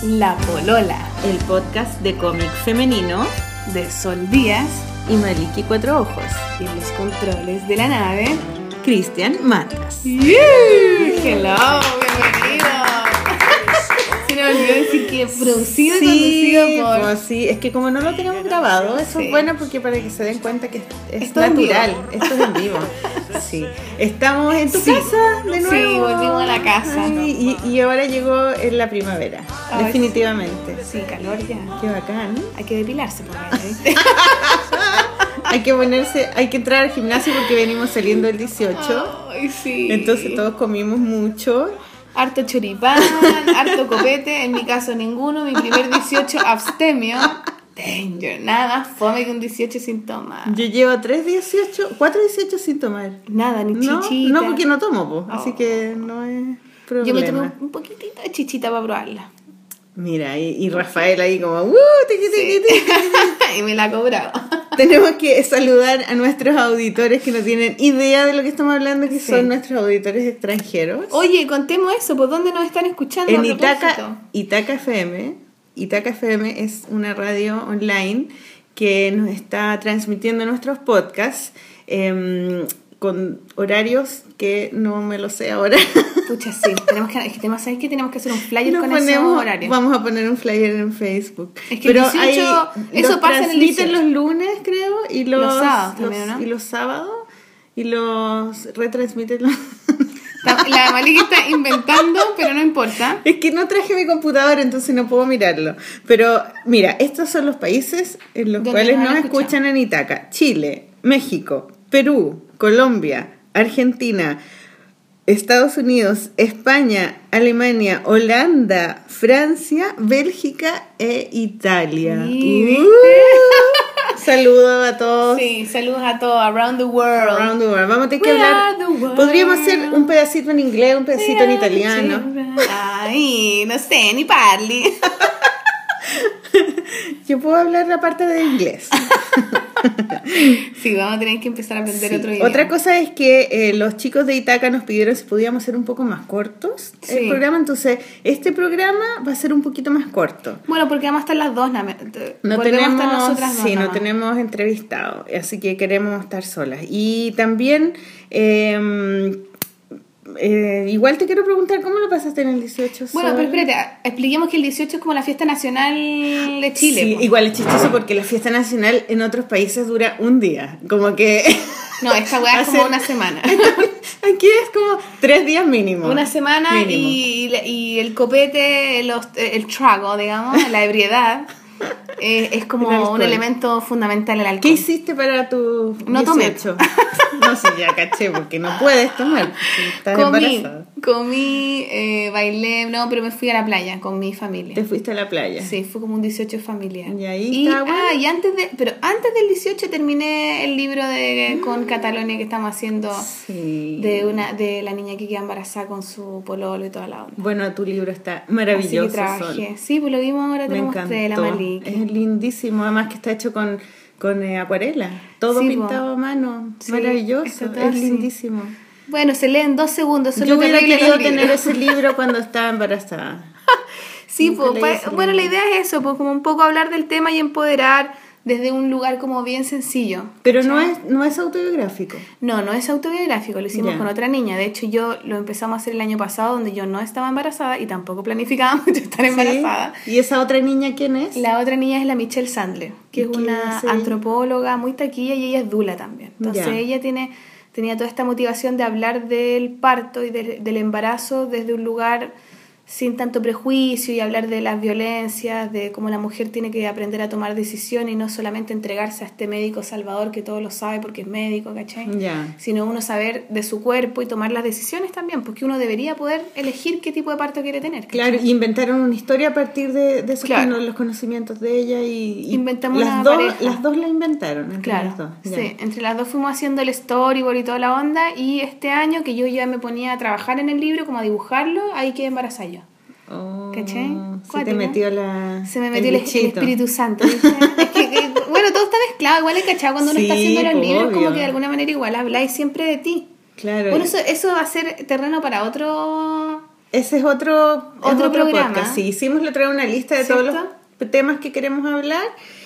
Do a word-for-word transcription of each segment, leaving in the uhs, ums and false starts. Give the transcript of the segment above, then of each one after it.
La Polola, el podcast de cómic femenino de Sol Díaz y Maliki Cuatro Ojos. Y en los controles de la nave, Cristian Matas. Yeah. Hello, bienvenido. Se me olvidó decir que producido y sí, conducido por... pues sí, es que como no lo tenemos grabado, eso sí. es bueno porque para que se den cuenta que es Esto natural, esto es en vivo. Sí, estamos en tu sí. casa de nuevo. Sí, volvimos a la casa. Ay, y, y ahora llegó en la primavera, Ay, definitivamente. Sí, calor ya. Qué bacán. Hay que depilarse por ahí, ¿viste? Hay que ponerse, hay que entrar al gimnasio porque venimos saliendo el dieciocho. Ay, sí. Entonces todos comimos mucho. Harto choripán, harto copete, en mi caso ninguno, mi primer dieciocho abstemio. Danger, nada más fome que un dieciocho sin tomar. Yo llevo tres dieciocho, cuatro dieciocho sin tomar. Nada, ni No, chichita. no porque no tomo, po, Oh. así que no es problema. Yo me tomé un, un poquitito de chichita para probarla. Mira, y, y Rafael ahí como, ¡uh! Tiqui, tiqui, Sí. tiqui, tiqui. Y me la ha cobrado. Tenemos que saludar a nuestros auditores que no tienen idea de lo que estamos hablando, que Sí. son nuestros auditores extranjeros. Oye, contemos eso, ¿por dónde nos están escuchando? En a Itaca, propósito? Itaca F M. Itaca F M es una radio online que nos está transmitiendo nuestros podcasts eh, con horarios que no me lo sé ahora. Pucha, sí, tenemos que, es que tenemos, ¿sabes qué? Tenemos que hacer un flyer Nos con ponemos, esos horarios. Vamos a poner un flyer en Facebook. Es que Pero el dieciocho, hay, eso los pasa en el transmiten dieciocho. los lunes, creo, y los, Los sábados los- también, ¿no? y los sábados, y los retransmiten los... La, la Maliki está inventando, pero no importa. Es que no traje mi computadora, entonces no puedo mirarlo. Pero mira, estos son los países en los ¿Dónde cuales nos nos han escuchan en Itaca: Chile, México, Perú, Colombia, Argentina, Estados Unidos, España, Alemania, Holanda, Francia, Bélgica e Italia. Sí, ¿viste? Uh, saludos a todos. Sí, saludos a todos, around the world. Around the world. Vamos a tener que We hablar. are the world. Podríamos hacer un pedacito en inglés, un pedacito en italiano. Ay, no sé, ni parli. Yo puedo hablar la parte de inglés. Sí, vamos a tener que empezar a aprender Sí. otro idioma. Otra cosa es que eh, los chicos de Itaca nos pidieron si podíamos hacer un poco más cortos Sí. el programa, entonces este programa va a ser un poquito más corto. Bueno, porque vamos a estar las dos. nada- No volvemos tenemos, a estar nosotras dos sí, no nomás. tenemos entrevistado, así que queremos estar solas. Y también, eh, eh, igual te quiero preguntar, ¿cómo lo pasaste en el dieciocho? Bueno, Sol? pero espérate, expliquemos que el dieciocho es como la fiesta nacional de Chile. Sí, po. igual es chistoso porque la fiesta nacional en otros países dura un día, como que... No, esta weá es como Hace- una semana. Aquí es como tres días mínimo. Una semana Mínimo. y, y el copete, los, el trago, digamos, la ebriedad, eh, es El como alcohol. un elemento fundamental el alcohol. ¿Qué hiciste para tu No tomé. dieciocho? No sé, ya caché, porque no puedes tomar. Si estás Comí, embarazada. comí, eh, bailé, no, pero me fui a la playa con mi familia. Te fuiste a la playa. Sí, fue como un dieciocho familiar. Y ahí y, estaba bueno. ah, y antes de, pero antes del dieciocho terminé el libro de con Catalonia que estamos haciendo Sí. de una de la niña que queda embarazada con su pololo y toda la onda. Bueno, tu libro está Así maravilloso. que trabajé. Sol. Sí, pues lo vimos ahora, te Me lo mostré, la encantó. Maliki. Es lindísimo, además que está hecho con, con eh, acuarela. Todo Sí, pintado po. a mano. Sí, Maravilloso. está todo Es así. lindísimo. Bueno, se lee en dos segundos. Eso es Yo lo hubiera terrible de querido los libros. tener ese libro cuando estaba embarazada. Sí, Nunca pues, leí pa- ese bueno, la libro. idea es eso, pues como un poco hablar del tema y empoderar desde un lugar como bien sencillo. Pero no ¿cachai? es, no es autobiográfico. No, no es autobiográfico, lo hicimos Ya. con otra niña. De hecho, yo lo empezamos a hacer el año pasado, donde yo no estaba embarazada y tampoco planificábamos yo estar embarazada. Sí. ¿Y esa otra niña quién es? La otra niña es la Michelle Sandler, que ¿Y es qué una hace ella? antropóloga muy taquilla y ella es dula también. Entonces Ya. ella tiene, tenía toda esta motivación de hablar del parto y de- del embarazo desde un lugar sin tanto prejuicio y hablar de las violencias, de cómo la mujer tiene que aprender a tomar decisiones y no solamente entregarse a este médico salvador que todo lo sabe porque es médico, ¿cachai? Ya. Sino uno saber de su cuerpo y tomar las decisiones también, porque uno debería poder elegir qué tipo de parto quiere tener. ¿cachai? Claro, y inventaron una historia a partir de, de esos Claro. cono- los conocimientos de ella y, y Inventamos las una dos, pareja. las dos la inventaron entre Claro, las dos. Ya. sí, entre las dos fuimos haciendo el storyboard y toda la onda y este año que yo ya me ponía a trabajar en el libro, como a dibujarlo, ahí quedé embarazada yo. Oh, ¿Cachai? Se te Cuático. metió la Se me metió el, el bichito. Espíritu Santo. ¿viste? Es que, que, bueno, todo está mezclado, igual es cachado cuando uno Sí, está haciendo los po, libros, como obvio. que de alguna manera igual habláis siempre de ti. Claro. Bueno, eso, eso va a ser terreno para otro ese es otro, otro, es otro programa. podcast. Sí, hicimos la otra vez una lista de ¿Cierto? todos los temas que queremos hablar.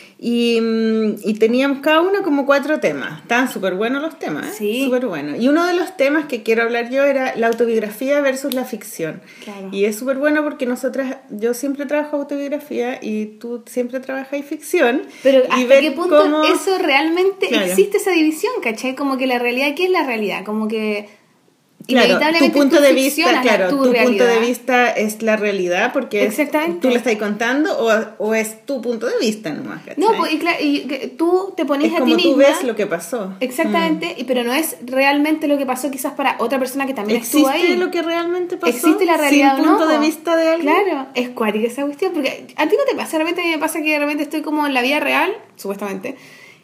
Y, y teníamos cada uno como cuatro temas. Estaban súper buenos los temas, ¿eh? Sí. Súper buenos. Y uno de los temas que quiero hablar yo era la autobiografía versus la ficción. Claro. Y es súper bueno porque nosotras, yo siempre trabajo autobiografía y tú siempre trabajas ficción. Pero y ¿hasta ver qué punto cómo... eso realmente Claro. existe esa división, ¿cachai? Como que la realidad, ¿qué es la realidad? Como que Claro, inevitablemente tu punto tú de vista, ficcionas claro, tu tu punto realidad. de vista es la realidad porque es- Exactamente. tú la estás contando o, o es tu punto de vista nomás, ¿cachai? No, pues, y, claro, y que tú te pones es a como ti tú misma. ves lo que pasó. Exactamente, y pero no es realmente lo que pasó quizás para otra persona que también estuvo ahí. ¿Existe lo que realmente pasó? ¿Existe la realidad sin o no? punto de vista de alguien. Claro, es cuática esa cuestión, porque a ti no te pasa, de repente a mí me pasa que de repente estoy como en la vida real, supuestamente,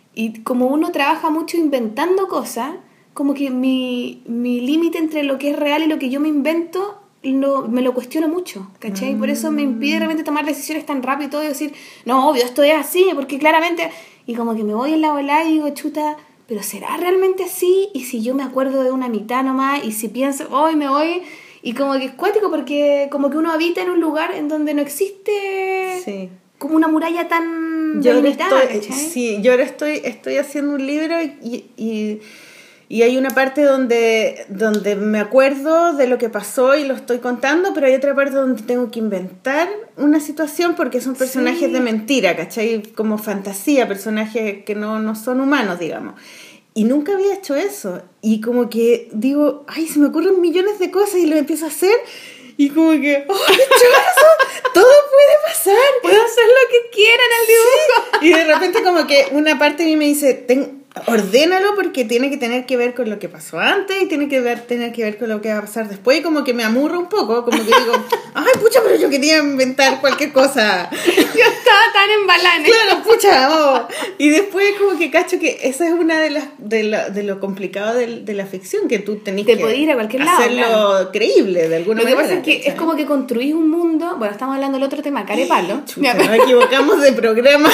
y como uno trabaja mucho inventando cosas, como que mi, mi límite entre lo que es real y lo que yo me invento lo, me lo cuestiono mucho, ¿cachai? Por eso me impide de repente tomar decisiones tan rápido y todo y decir, no, obvio, esto es así, porque claramente... Y como que me voy en la volada y digo, chuta, ¿pero será realmente así? Y si yo me acuerdo de una mitad nomás, y si pienso, hoy me voy... Y como que es cuático porque como que uno habita en un lugar en donde no existe Sí. como una muralla tan Yo ahora delimitada, estoy, ¿cachai? sí, yo ahora estoy, estoy haciendo un libro y, y, y hay una parte donde, donde me acuerdo de lo que pasó y lo estoy contando, pero hay otra parte donde tengo que inventar una situación porque son personajes Sí. de mentira, ¿cachai? Como fantasía, personajes que no, no son humanos, digamos. Y nunca había hecho eso. Y como que digo, ay, se me ocurren millones de cosas y lo empiezo a hacer. Y como que, ¡oh, qué chulo! Todo puede pasar. Puedo hacer lo que quiera en el dibujo. Sí. Y de repente como que una parte de mí me dice, Ten, ordénalo porque tiene que tener que ver con lo que pasó antes y tiene que ver, tener que ver con lo que va a pasar después. Y como que me amurro un poco, como que digo, ay, pucha, pero yo quería inventar cualquier cosa. Yo estaba tan embalada. Claro, pucha, oh. Y después como que cacho que esa es una de las de, la, de lo complicado de, de la ficción, que tú tenés Te que podés ir a cualquier lado, hacerlo claro. creíble de alguna Lo que manera. pasa es que ¿cachai? es como que construís un mundo. Bueno, estamos hablando del otro tema, carepalo. Chucha, nos equivocamos de programa.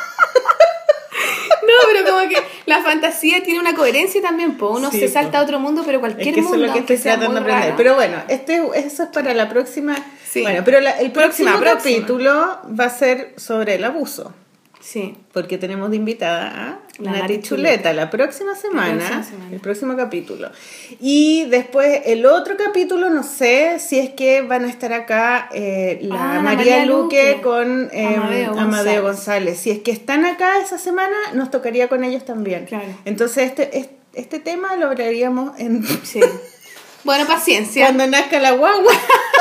No, pero como que la fantasía tiene una coherencia también, pues uno Sí, se po. salta a otro mundo, pero cualquier Es que eso mundo es lo que estoy sea tratando de muy aprender. raro. Pero bueno, este, eso es para la próxima. Sí. Bueno, pero la- el próximo Próxima, próxima. capítulo va a ser sobre el abuso. Sí. Porque tenemos de invitada a La Nati Nati Chuleta, Chuleta. la próxima semana, La próxima semana. el próximo capítulo. Y después el otro capítulo, no sé si es que van a estar acá eh, la Ah, la María, María Luque, Luque. con eh, Amadeo Amadeo, González. González. Si es que están acá esa semana, nos tocaría con ellos también. Claro. Entonces este, este, este tema lo hablaríamos en Sí. Bueno, paciencia. cuando nazca la guagua.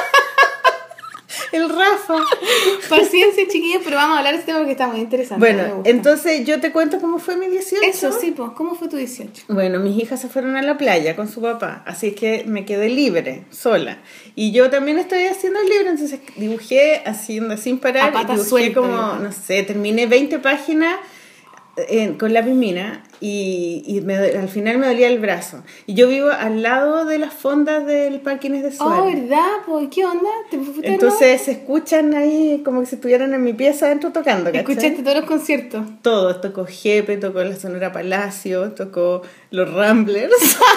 El Rafa. Paciencia, chiquillos, pero vamos a hablar de este tema porque está muy interesante. me Bueno, gusta. entonces yo te cuento cómo fue mi dieciocho. Eso sí, pues, ¿cómo fue tu dieciocho? Bueno, mis hijas se fueron a la playa con su papá, así que me quedé libre, sola. Y yo también estoy haciendo el libro, entonces dibujé haciendo sin parar. A pata dibujé suelta, como, dibuja. no sé, terminé veinte páginas eh, con lápiz mina y, y me, al final me dolía el brazo. Y yo vivo al lado de las fondas del Parque de Suárez. Oh, ¿verdad? Pues, ¿qué onda? ¿Te fuiste Entonces se escuchan ahí como que si estuvieran en mi pieza adentro tocando, de nuevo? ¿cachai? ¿Escuchaste todos los conciertos? Todo, tocó Jepe, tocó la Sonora Palacio, tocó los Ramblers.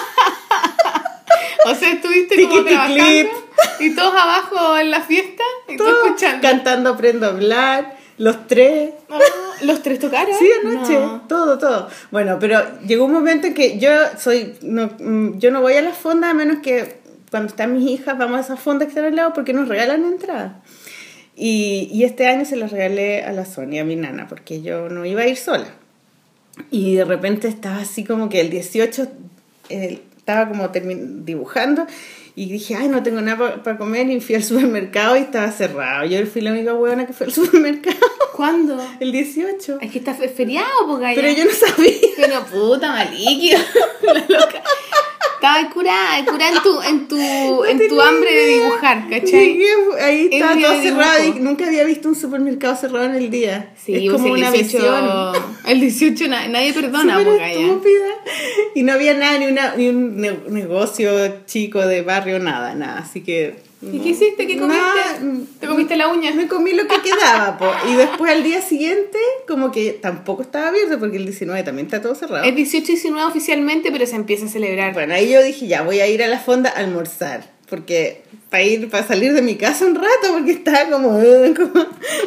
O sea, estuviste como Tiquiti trabajando clip. y todos abajo en la fiesta y tú Todo, escuchando. cantando Aprendo a Hablar, los tres. Ah, ¿los tres tocaron? Sí, anoche, No. todo, todo. Bueno, pero llegó un momento en que yo soy, no, mm, yo no voy a las fondas a menos que cuando están mis hijas vamos a esas fondas que están al lado porque nos regalan entradas. Y, y este año se las regalé a la Sonia, a mi nana, porque yo no iba a ir sola. Y de repente estaba así como que el dieciocho eh, estaba como termin- dibujando y dije, ay, no tengo nada para comer y fui al supermercado y estaba cerrado. Yo fui la única huevona que fue al supermercado. ¿Cuándo? El dieciocho. Es que está fe- feriado, pues, galla. Pero yo no sabía. Pero puta, maliquio. La loca. Estaba curada, curada en tu, en tu, en tu tenía hambre de idea. dibujar, ¿cachai? Llegué, ahí El estaba día todo de cerrado dibujo. y nunca había visto un supermercado cerrado en el día. Sí, es como pues, una el dieciocho, visión. el dieciocho na- nadie perdona, Súper pues, galla. estúpida. Y no había nada, ni, una, ni un ne- negocio chico de barrio, nada, nada. Así que... ¿Y qué hiciste? ¿Qué comiste? Nada, ¿Te comiste la uña? Me comí lo que quedaba, po. Y después al día siguiente, como que tampoco estaba abierto, porque el diecinueve también está todo cerrado. Es dieciocho y diecinueve oficialmente, pero se empieza a celebrar. Bueno, ahí yo dije, ya, voy a ir a la fonda a almorzar. porque para ir, para salir de mi casa un rato, porque estaba como... Uh, como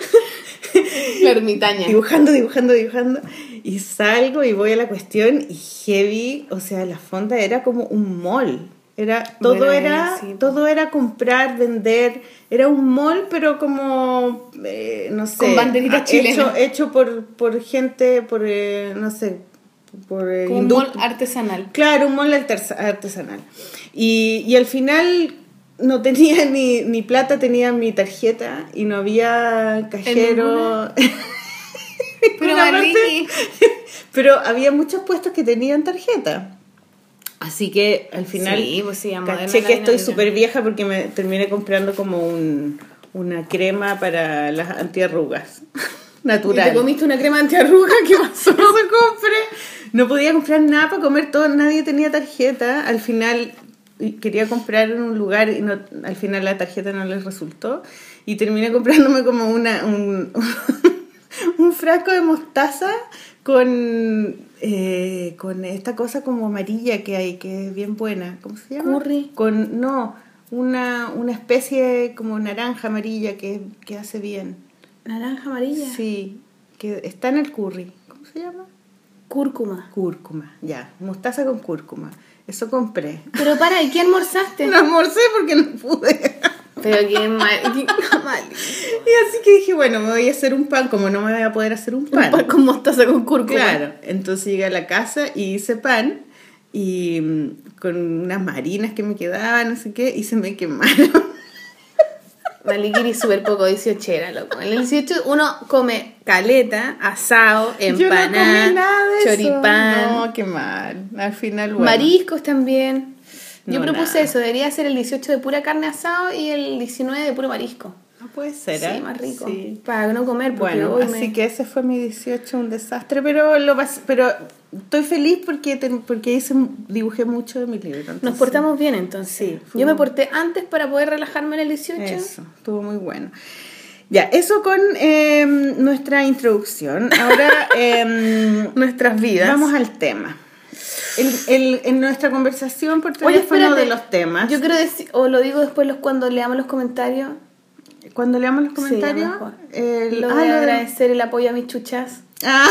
la ermitaña. Dibujando, dibujando, dibujando. Y salgo y voy a la cuestión y heavy, o sea, la fonda era como un mall. Era, todo, bueno, era, sí. todo era comprar, vender. Era un mall, pero como, eh, no sé... Con banderitas chilenas. Hecho, hecho por, por gente, por, eh, no sé... Por, eh, como un mall artesanal. Claro, un mall artesanal. Y, y al final... No tenía ni, ni plata, tenía mi tarjeta y no había cajero. Pero, parte, pero había muchos puestos que tenían tarjeta. Así que al final sí, pues sí, caché que estoy súper vieja porque me terminé comprando como un, una crema para las antiarrugas. Natural. ¿Y te comiste una crema antiarrugas? ¿Qué pasó? No se compré. No podía comprar nada para comer todo, nadie tenía tarjeta. Al final... quería comprar en un lugar y no, al final la tarjeta no les resultó y terminé comprándome como una un, un frasco de mostaza con eh, con esta cosa como amarilla que hay que es bien buena, ¿cómo se llama? Curry. Con no una una especie como naranja amarilla que, que hace bien. ¿Naranja amarilla? Sí, que está en el curry. ¿Cómo se llama? Cúrcuma. Cúrcuma, ya, mostaza con cúrcuma. Eso compré. Pero para, ¿y qué almorzaste? No almorcé porque no pude. Pero qué mal, qué mal. Y así que dije, bueno, me voy a hacer un pan, como no me voy a poder hacer un pan. Un pan con mostaza con cúrcuma. Claro, entonces llegué a la casa y hice pan y con unas marinas que me quedaban, no sé qué, y se me quemaron. Malikiri es súper poco dieciochera, loco. En el dieciocho uno come caleta, asado, empanada, no choripán. Eso. No, qué mal. Al final, bueno. Mariscos también. Yo no, propuse nada. eso, debería ser el dieciocho de pura carne asado y el diecinueve de puro marisco. No puede ser, ¿eh? Sí, más rico. Sí. Para no comer, porque bueno, hoy así me... que ese fue mi dieciocho, un desastre, pero lo pas- pero estoy feliz porque te, porque hice dibujé mucho de mi libro. Entonces, nos portamos bien, entonces. Sí, yo me porté antes para poder relajarme en el dieciocho. Eso, estuvo muy bueno. Ya, eso con eh, nuestra introducción. Ahora eh, nuestras vidas. Vamos al tema. El, el, en nuestra conversación por teléfono Oye, de los temas. Yo quiero decir, o lo digo después los, cuando leamos los comentarios. Cuando leamos los comentarios, sí, el, lo ah, voy a lo agradecer el apoyo a mis chuchas. Ah.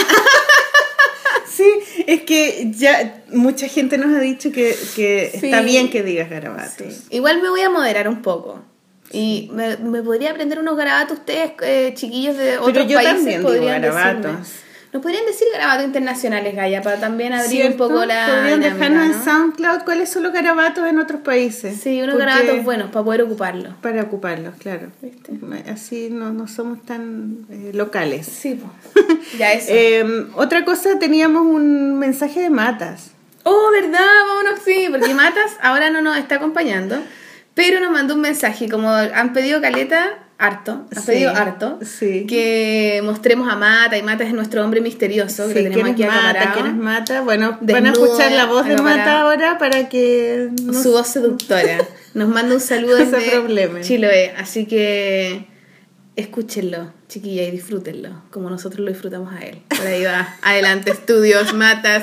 Sí, es que ya mucha gente nos ha dicho que, que sí. Está bien que digas garabatos. Sí. Igual me voy a moderar un poco. Y me, me podría aprender unos garabatos ustedes, eh, chiquillos de otros Pero yo países. También podrían digo garabatos. Decirme. Nos podrían decir garabatos internacionales, Gaya, para también abrir ¿Cierto? un poco la podrían dinámica, dejarnos ¿no? en SoundCloud cuáles son los garabatos en otros países. Sí, unos garabatos buenos para poder ocuparlos. Para ocuparlos, claro. ¿Viste? Así no, no somos tan eh, locales. Sí, pues. Ya eso. eh, otra cosa, teníamos un mensaje de Matas. Oh, ¿verdad? Vámonos, sí, porque Matas ahora no nos está acompañando, pero nos mandó un mensaje, como han pedido caleta... harto, has sí, pedido harto sí. que mostremos a Mata, y Mata es nuestro hombre misterioso que sí, lo tenemos aquí acaparado. ¿Quién es Mata? Bueno, desnudo, van a escuchar la voz de Mata ahora para que nos... su voz seductora nos manda un saludo desde problema. Chiloé, así que escúchenlo, chiquilla, y disfrútenlo como nosotros lo disfrutamos a él. Por ahí va, adelante estudios, Matas.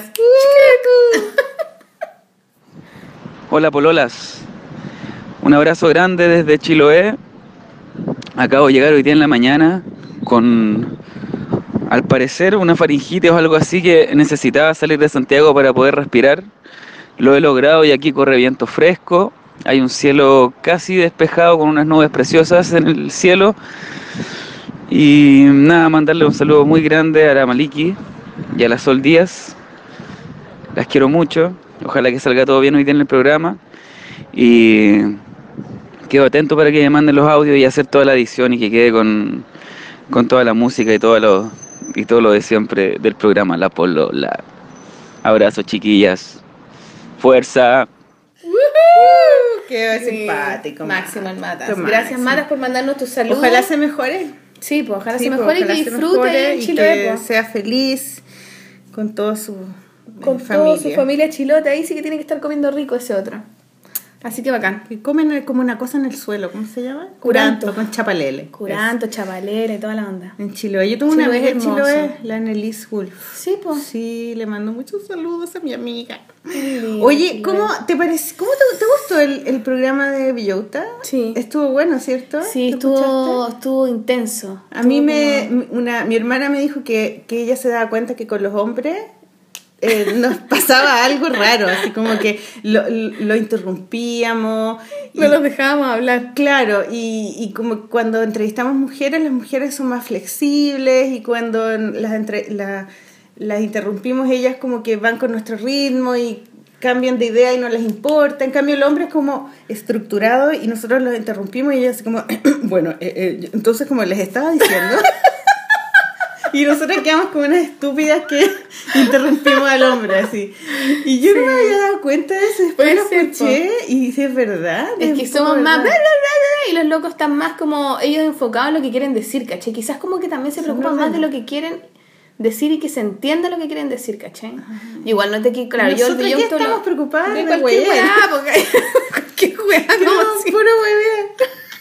Hola pololas, un abrazo grande desde Chiloé. Acabo de llegar hoy día en la mañana con, al parecer, una faringitis o algo así que necesitaba salir de Santiago para poder respirar. Lo he logrado y aquí corre viento fresco. Hay un cielo casi despejado con unas nubes preciosas en el cielo. Y nada, mandarle un saludo muy grande a la Maliki y a la Sol Díaz. Las quiero mucho. Ojalá que salga todo bien hoy día en el programa. Y... quedo atento para que me manden los audios y hacer toda la edición y que quede con, con toda la música y todo lo y todo lo de siempre del programa La Polola. Abrazo, chiquillas. Fuerza. ¡Woohoo! Qué sí, simpático. Máximo el Matas. Gracias, Matas, por mandarnos tus saludos. Ojalá se mejore. Sí, pues ojalá sí, se mejore pues, y que disfrute y Chiloé, que pues. sea feliz con toda su con familia. toda su familia chilota. Ahí sí que tiene que estar comiendo rico ese otro. Así que bacán. Que comen como una cosa en el suelo, ¿cómo se llama? Curanto. Con chapalele. Curanto, chapalele, toda la onda. En Chiloé. Yo tuve una Chiloé amiga es en hermoso. Chiloé, la Annelise Wolf. Sí, pues. Sí, le mando muchos saludos a mi amiga. Lindo, Oye, Chiloé. ¿cómo te parece? ¿Cómo te, te gustó el, el programa de Villota? Sí. Estuvo bueno, ¿cierto? Sí, ¿Lo estuvo, escuchaste? estuvo intenso. A mí Estuvo me, como- una, mi hermana me dijo que, que ella se daba cuenta que con los hombres eh, nos pasaba algo raro, así como que lo, lo interrumpíamos. No y- los dejábamos hablar. Claro, y, y como cuando entrevistamos mujeres, las mujeres son más flexibles y cuando las, entre, la, las interrumpimos, ellas como que van con nuestro ritmo y cambian de idea y no les importa. En cambio el hombre es como estructurado y nosotros los interrumpimos y ellas así como, bueno, eh, eh, entonces como les estaba diciendo... Y nosotros quedamos como unas estúpidas que interrumpimos al hombre así. Y yo no me había dado cuenta de eso. Después Puede lo ser, escuché y sí es verdad. Es que un somos poco más bla, bla, verdad. bla, bla, y los locos están más como ellos enfocados en lo que quieren decir, ¿cachai? Quizás como que también se Son preocupan más de ordenados. lo que quieren decir y que se entienda lo que quieren decir, ¿cachai? Igual no te que claro, yo el Nosotras ya Villota estamos lo- preocupadas de de cualquier hueá. weá, porque cualquier weá, No, como si- puro hueveo.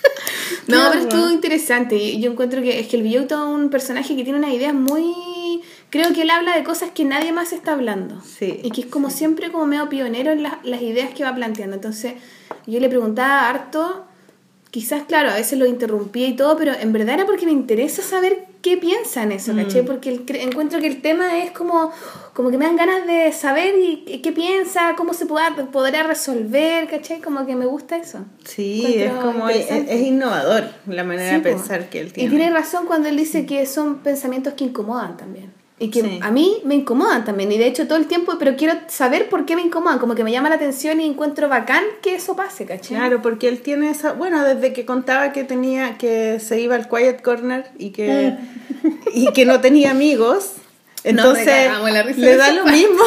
No, Qué pero horror. estuvo interesante. Y yo encuentro que es que el Villota es un personaje que tiene unas ideas muy... Creo que él habla de cosas que nadie más está hablando. Sí, Y que es como siempre como medio pionero en las, las ideas que va planteando. Entonces yo le preguntaba harto, quizás claro, a veces lo interrumpía y todo, pero en verdad era porque me interesa saber qué piensa en eso, ¿cachai? Porque el, cre- encuentro que el tema es como, como que me dan ganas de saber y, y qué piensa, cómo se podrá, podrá resolver, ¿cachai? Como que me gusta eso. Sí, es Encuentro como es, interesante. es innovador la manera Sí, de po. pensar que él Y tiene. tiene razón cuando él dice que son pensamientos que incomodan también. Y que Sí. a mí me incomodan también. Y de hecho todo el tiempo, pero quiero saber por qué me incomodan. Como que me llama la atención y encuentro bacán que eso pase, ¿cachai? Claro, porque él tiene esa, bueno, desde que contaba que tenía, que se iba al quiet corner y que, y que no tenía amigos, entonces me cagamos en la risa le de da esa lo parte. mismo,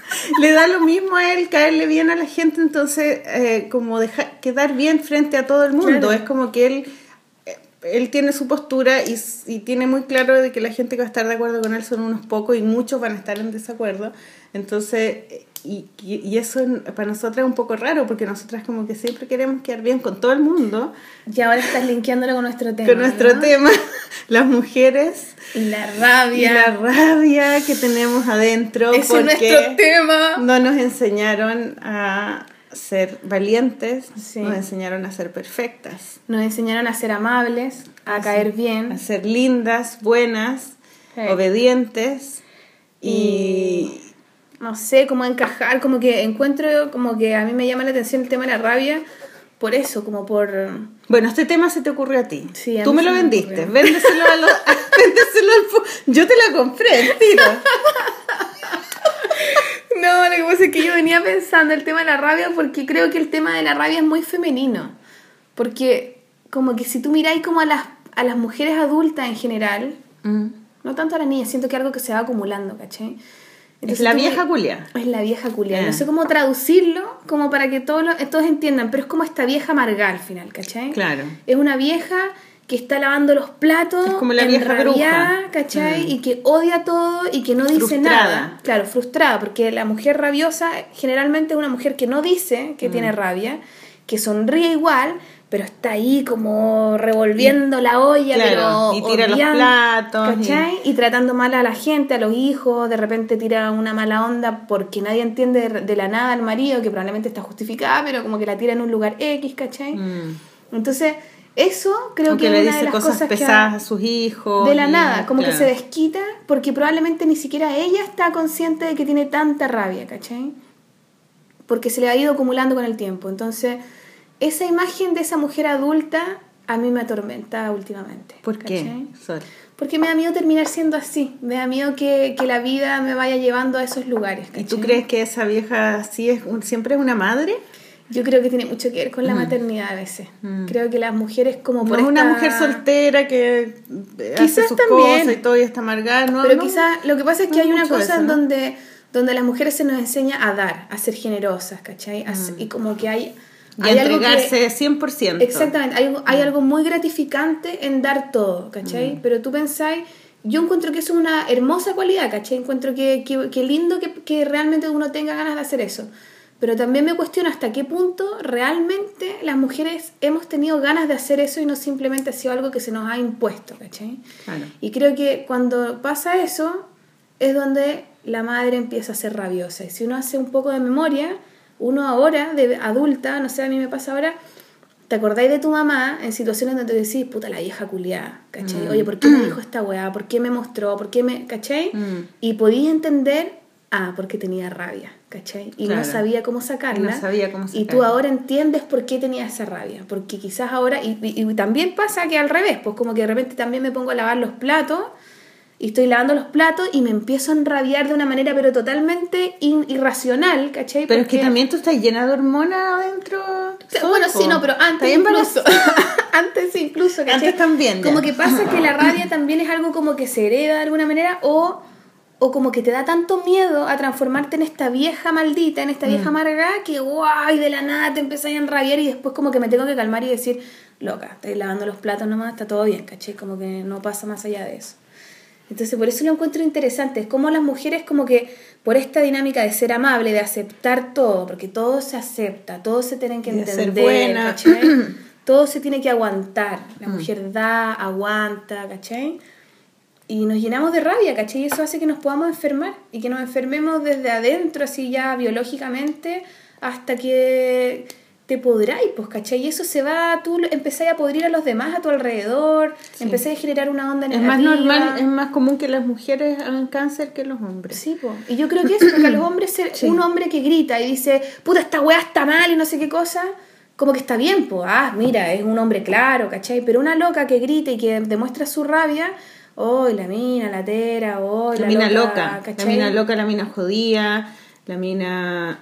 le da lo mismo a él caerle bien a la gente, entonces eh, como dejar quedar bien frente a todo el mundo, Claro. es como que él eh, él tiene su postura y, y tiene muy claro de que la gente que va a estar de acuerdo con él son unos pocos y muchos van a estar en desacuerdo, entonces y, y, y eso para nosotras es un poco raro porque nosotras como que siempre queremos quedar bien con todo el mundo, Y ahora estás linkeándolo con nuestro tema. con nuestro ¿no? tema, las mujeres Y la y rabia. la rabia que tenemos adentro Ese es porque nuestro tema. no nos enseñaron a ser valientes, Sí. nos enseñaron a ser perfectas, Nos enseñaron a ser amables, a caer bien. a ser lindas, buenas, Sí. obedientes y... Y- no sé, cómo encajar, como que encuentro, como que a mí me llama la atención el tema de la rabia, por eso, como por... Bueno, este tema se te ocurrió a ti. Sí, a Tú mí me se lo me vendiste. ocurrió. Véndeselo a los... véndeselo al... pu- Yo te la compré, el tiro. No, lo que pasa es que yo venía pensando el tema de la rabia porque creo que el tema de la rabia es muy femenino, porque como que si tú miráis como a las, a las mujeres adultas en general, no tanto a las niñas, siento que es algo que se va acumulando, ¿cachai? Es la tú vieja mi- culia. Es la vieja culia. Ah. No sé cómo traducirlo como para que todos, los- todos entiendan, pero es como esta vieja amarga al final, ¿cachai? Claro. Es una vieja que está lavando los platos, Es como la vieja enrabiada, bruja. ¿cachai? Mm. Y que odia todo y que no dice Frustrada. nada. Claro, frustrada, porque la mujer rabiosa generalmente es una mujer que no dice que Mm. tiene rabia, que sonríe igual, pero está ahí como revolviendo la olla, Claro, pero y tira los odiando, platos, ¿cachai? Y... tratando mal a la gente, a los hijos, de repente tira una mala onda porque nadie entiende de, de la nada al marido, que probablemente está justificada, pero como que la tira en un lugar X, ¿cachai? Mm. Entonces, eso creo O que que es le una dice de las cosas, cosas que pesadas a sus hijos. de la y- nada, como claro. que se desquita porque probablemente ni siquiera ella está consciente de que tiene tanta rabia, ¿cachai? Porque se le ha ido acumulando con el tiempo. Entonces, esa imagen de esa mujer adulta a mí me atormenta últimamente. ¿Por qué? ¿cachai? Sol? Porque me da miedo terminar siendo así. Me da miedo que, que la vida me vaya llevando a esos lugares. ¿Y tú ¿cachai? crees que esa vieja así es un- siempre es una madre? Yo creo que tiene mucho que ver con la Mm. maternidad a veces. Mm. Creo que las mujeres como No por es una esta- mujer soltera que eh, hace Quizás sus también. cosas y todo y está amargada. No, Pero no. quizás lo que pasa es que no hay una mucho cosa eso, en ¿no? donde, donde a las mujeres se nos enseña a dar, a ser generosas, ¿cachai? A ser- y como que hay... Y hay a algo que- entregarse cien por ciento. Exactamente, hay, hay algo muy gratificante en dar todo, ¿cachai? Mm. Pero tú pensáis, yo encuentro que eso es una hermosa cualidad, ¿cachai? Encuentro que, que, que lindo que, que realmente uno tenga ganas de hacer eso. pero también me cuestiono hasta qué punto realmente las mujeres hemos tenido ganas de hacer eso y no simplemente ha sido algo que se nos ha impuesto, ¿cachai? Claro. Y creo que cuando pasa eso es donde la madre empieza a ser rabiosa. Y si uno hace un poco de memoria, uno ahora, de adulta, no sé, a mí me pasa ahora, te acordáis de tu mamá en situaciones donde te decís, puta, la vieja culiada, ¿cachai? Mm. Oye, ¿por qué me dijo esta weá? ¿Por qué me mostró? ¿Por qué me...? ¿Cachai? Mm. Y podías entender, ah, porque tenía rabia, ¿cachai? Y claro. no sabía cómo sacarla. No sabía cómo sacarla. Y tú ahora entiendes por qué tenía esa rabia. Porque quizás ahora... Y, y, y también pasa que al revés, pues como que de repente también me pongo a lavar los platos y estoy lavando los platos y me empiezo a enrabiar de una manera pero totalmente in, irracional, ¿cachai? Pero porque... es que también tú estás llena de hormonas adentro. Bueno, sí, no, pero antes incluso. antes incluso, ¿cachai? Antes también. Ya. Como que pasa que la rabia también es algo como que se hereda de alguna manera o, o como que te da tanto miedo a transformarte en esta vieja maldita, en esta vieja mm. amarga, que guay, de la nada te empezás a enrabiar y después como que me tengo que calmar y decir, loca, estoy lavando los platos nomás, está todo bien, ¿cachai? Como que no pasa más allá de eso. Entonces por eso lo encuentro interesante, es como las mujeres como que por esta dinámica de ser amable, de aceptar todo, porque todo se acepta, todo se tiene que entender, ser buena. ¿cachai? Todo se tiene que aguantar, la mujer da, aguanta, ¿cachai? Y nos llenamos de rabia, ¿cachai? Y eso hace que nos podamos enfermar y que nos enfermemos desde adentro, así ya biológicamente, hasta que... te podráis, pues, ¿cachai? Y eso se va, tú empezáis a podrir a los demás a tu alrededor, sí. empezáis a generar una onda negativa. Es más normal, es más común que las mujeres hagan cáncer que los hombres. Sí, pues. Y yo creo que eso, porque a los hombres, sí. un hombre que grita y dice, puta, esta weá está mal y no sé qué cosa, como que está bien, pues, ah, mira, es un hombre claro, ¿cachai? Pero una loca que grita y que demuestra su rabia, oh, la mina, la tera, oh, la, la mina loca, loca, la mina loca, la mina jodida, la mina...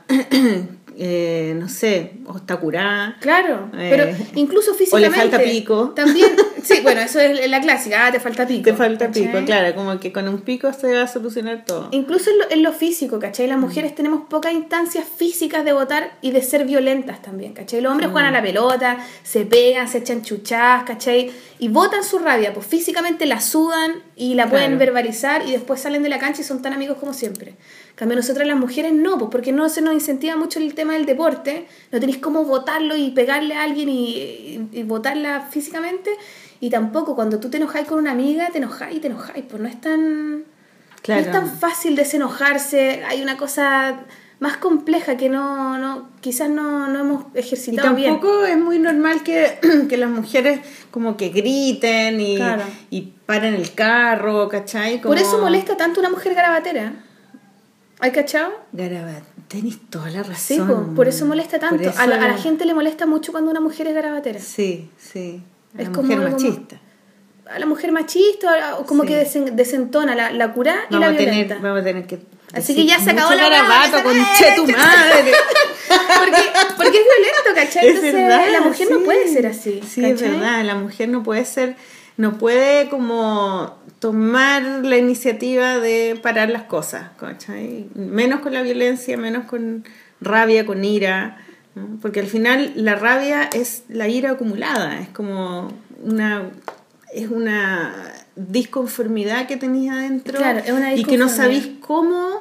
Eh, no sé, o está curada. Claro, eh, pero incluso físicamente. O le falta pico. También, sí, bueno, eso es la clásica, ah, te falta pico. Te falta ¿cachai? pico, claro, como que con un pico se va a solucionar todo. Incluso en lo, en lo físico, ¿cachai? Las mujeres mm. tenemos pocas instancias físicas de votar y de ser violentas también, ¿cachai? Los hombres mm. juegan a la pelota, se pegan, se echan chuchadas, ¿cachai? Y votan su rabia, pues físicamente la sudan y la pueden claro. verbalizar y después salen de la cancha y son tan amigos como siempre. En cambio, nosotras las mujeres no, pues porque no se nos incentiva mucho el tema del deporte, no tenéis cómo votarlo y pegarle a alguien y, y, y votarla físicamente, y tampoco cuando tú te enojáis con una amiga, te enojáis y te enojáis, pues no es tan, claro. no es tan fácil desenojarse, hay una cosa más compleja que no, no quizás no, no hemos ejercitado bien. Y tampoco bien. Es muy normal que, que las mujeres como que griten y, claro. y paren el carro, ¿cachai? Como... Por eso molesta tanto una mujer garabatera. ¿Hay cachado? Garabat, tenés toda la razón. Sí, po, por eso molesta tanto. Eso... A, la, a la gente le molesta mucho cuando una mujer es garabatera. Sí, sí. A es la como mujer machista. A la mujer machista, o como sí. que desen, desentona la, la cura y vamos la violenta. Tener, vamos a tener que... Así que ya se acabó la garabato, conche tu madre. porque, porque es violento, ¿cachai? Entonces es verdad, la mujer sí. no puede ser así. Sí, ¿cachai? es verdad. La mujer no puede ser... No puede como... tomar la iniciativa de parar las cosas, ¿cachai? Menos con la violencia, menos con rabia, con ira, ¿no? Porque al final la rabia es la ira acumulada, es como una es una disconformidad que tenéis adentro, claro, es una y que no sabéis cómo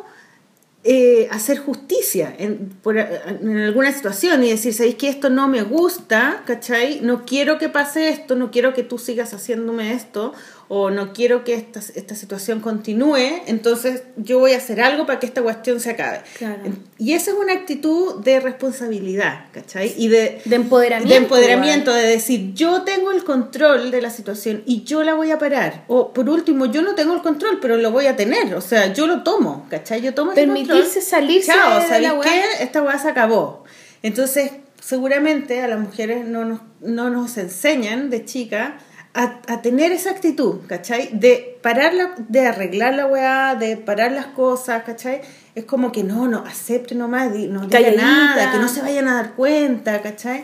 eh, hacer justicia en, por, en alguna situación y decir, ¿sabéis que esto no me gusta? ¿Cachai? No quiero que pase esto, no quiero que tú sigas haciéndome esto, o no quiero que esta, esta situación continúe, entonces yo voy a hacer algo para que esta cuestión se acabe. Claro. Y esa es una actitud de responsabilidad, ¿cachai? Y de, de empoderamiento. De empoderamiento, igual. De decir, yo tengo el control de la situación y yo la voy a parar. O por último, yo no tengo el control, pero lo voy a tener. O sea, yo lo tomo, ¿cachai? Yo tomo ese control. Permitirse salirse Chao, de ¿sabéis la qué? Esta weá se acabó. Entonces, seguramente a las mujeres no nos, no nos enseñan de chica A, a tener esa actitud, ¿cachai? De parar la, de arreglar la weá, de parar las cosas, ¿cachai? Es como que no, no, acepte nomás, no diga nada, que no se vayan a dar cuenta, ¿cachai?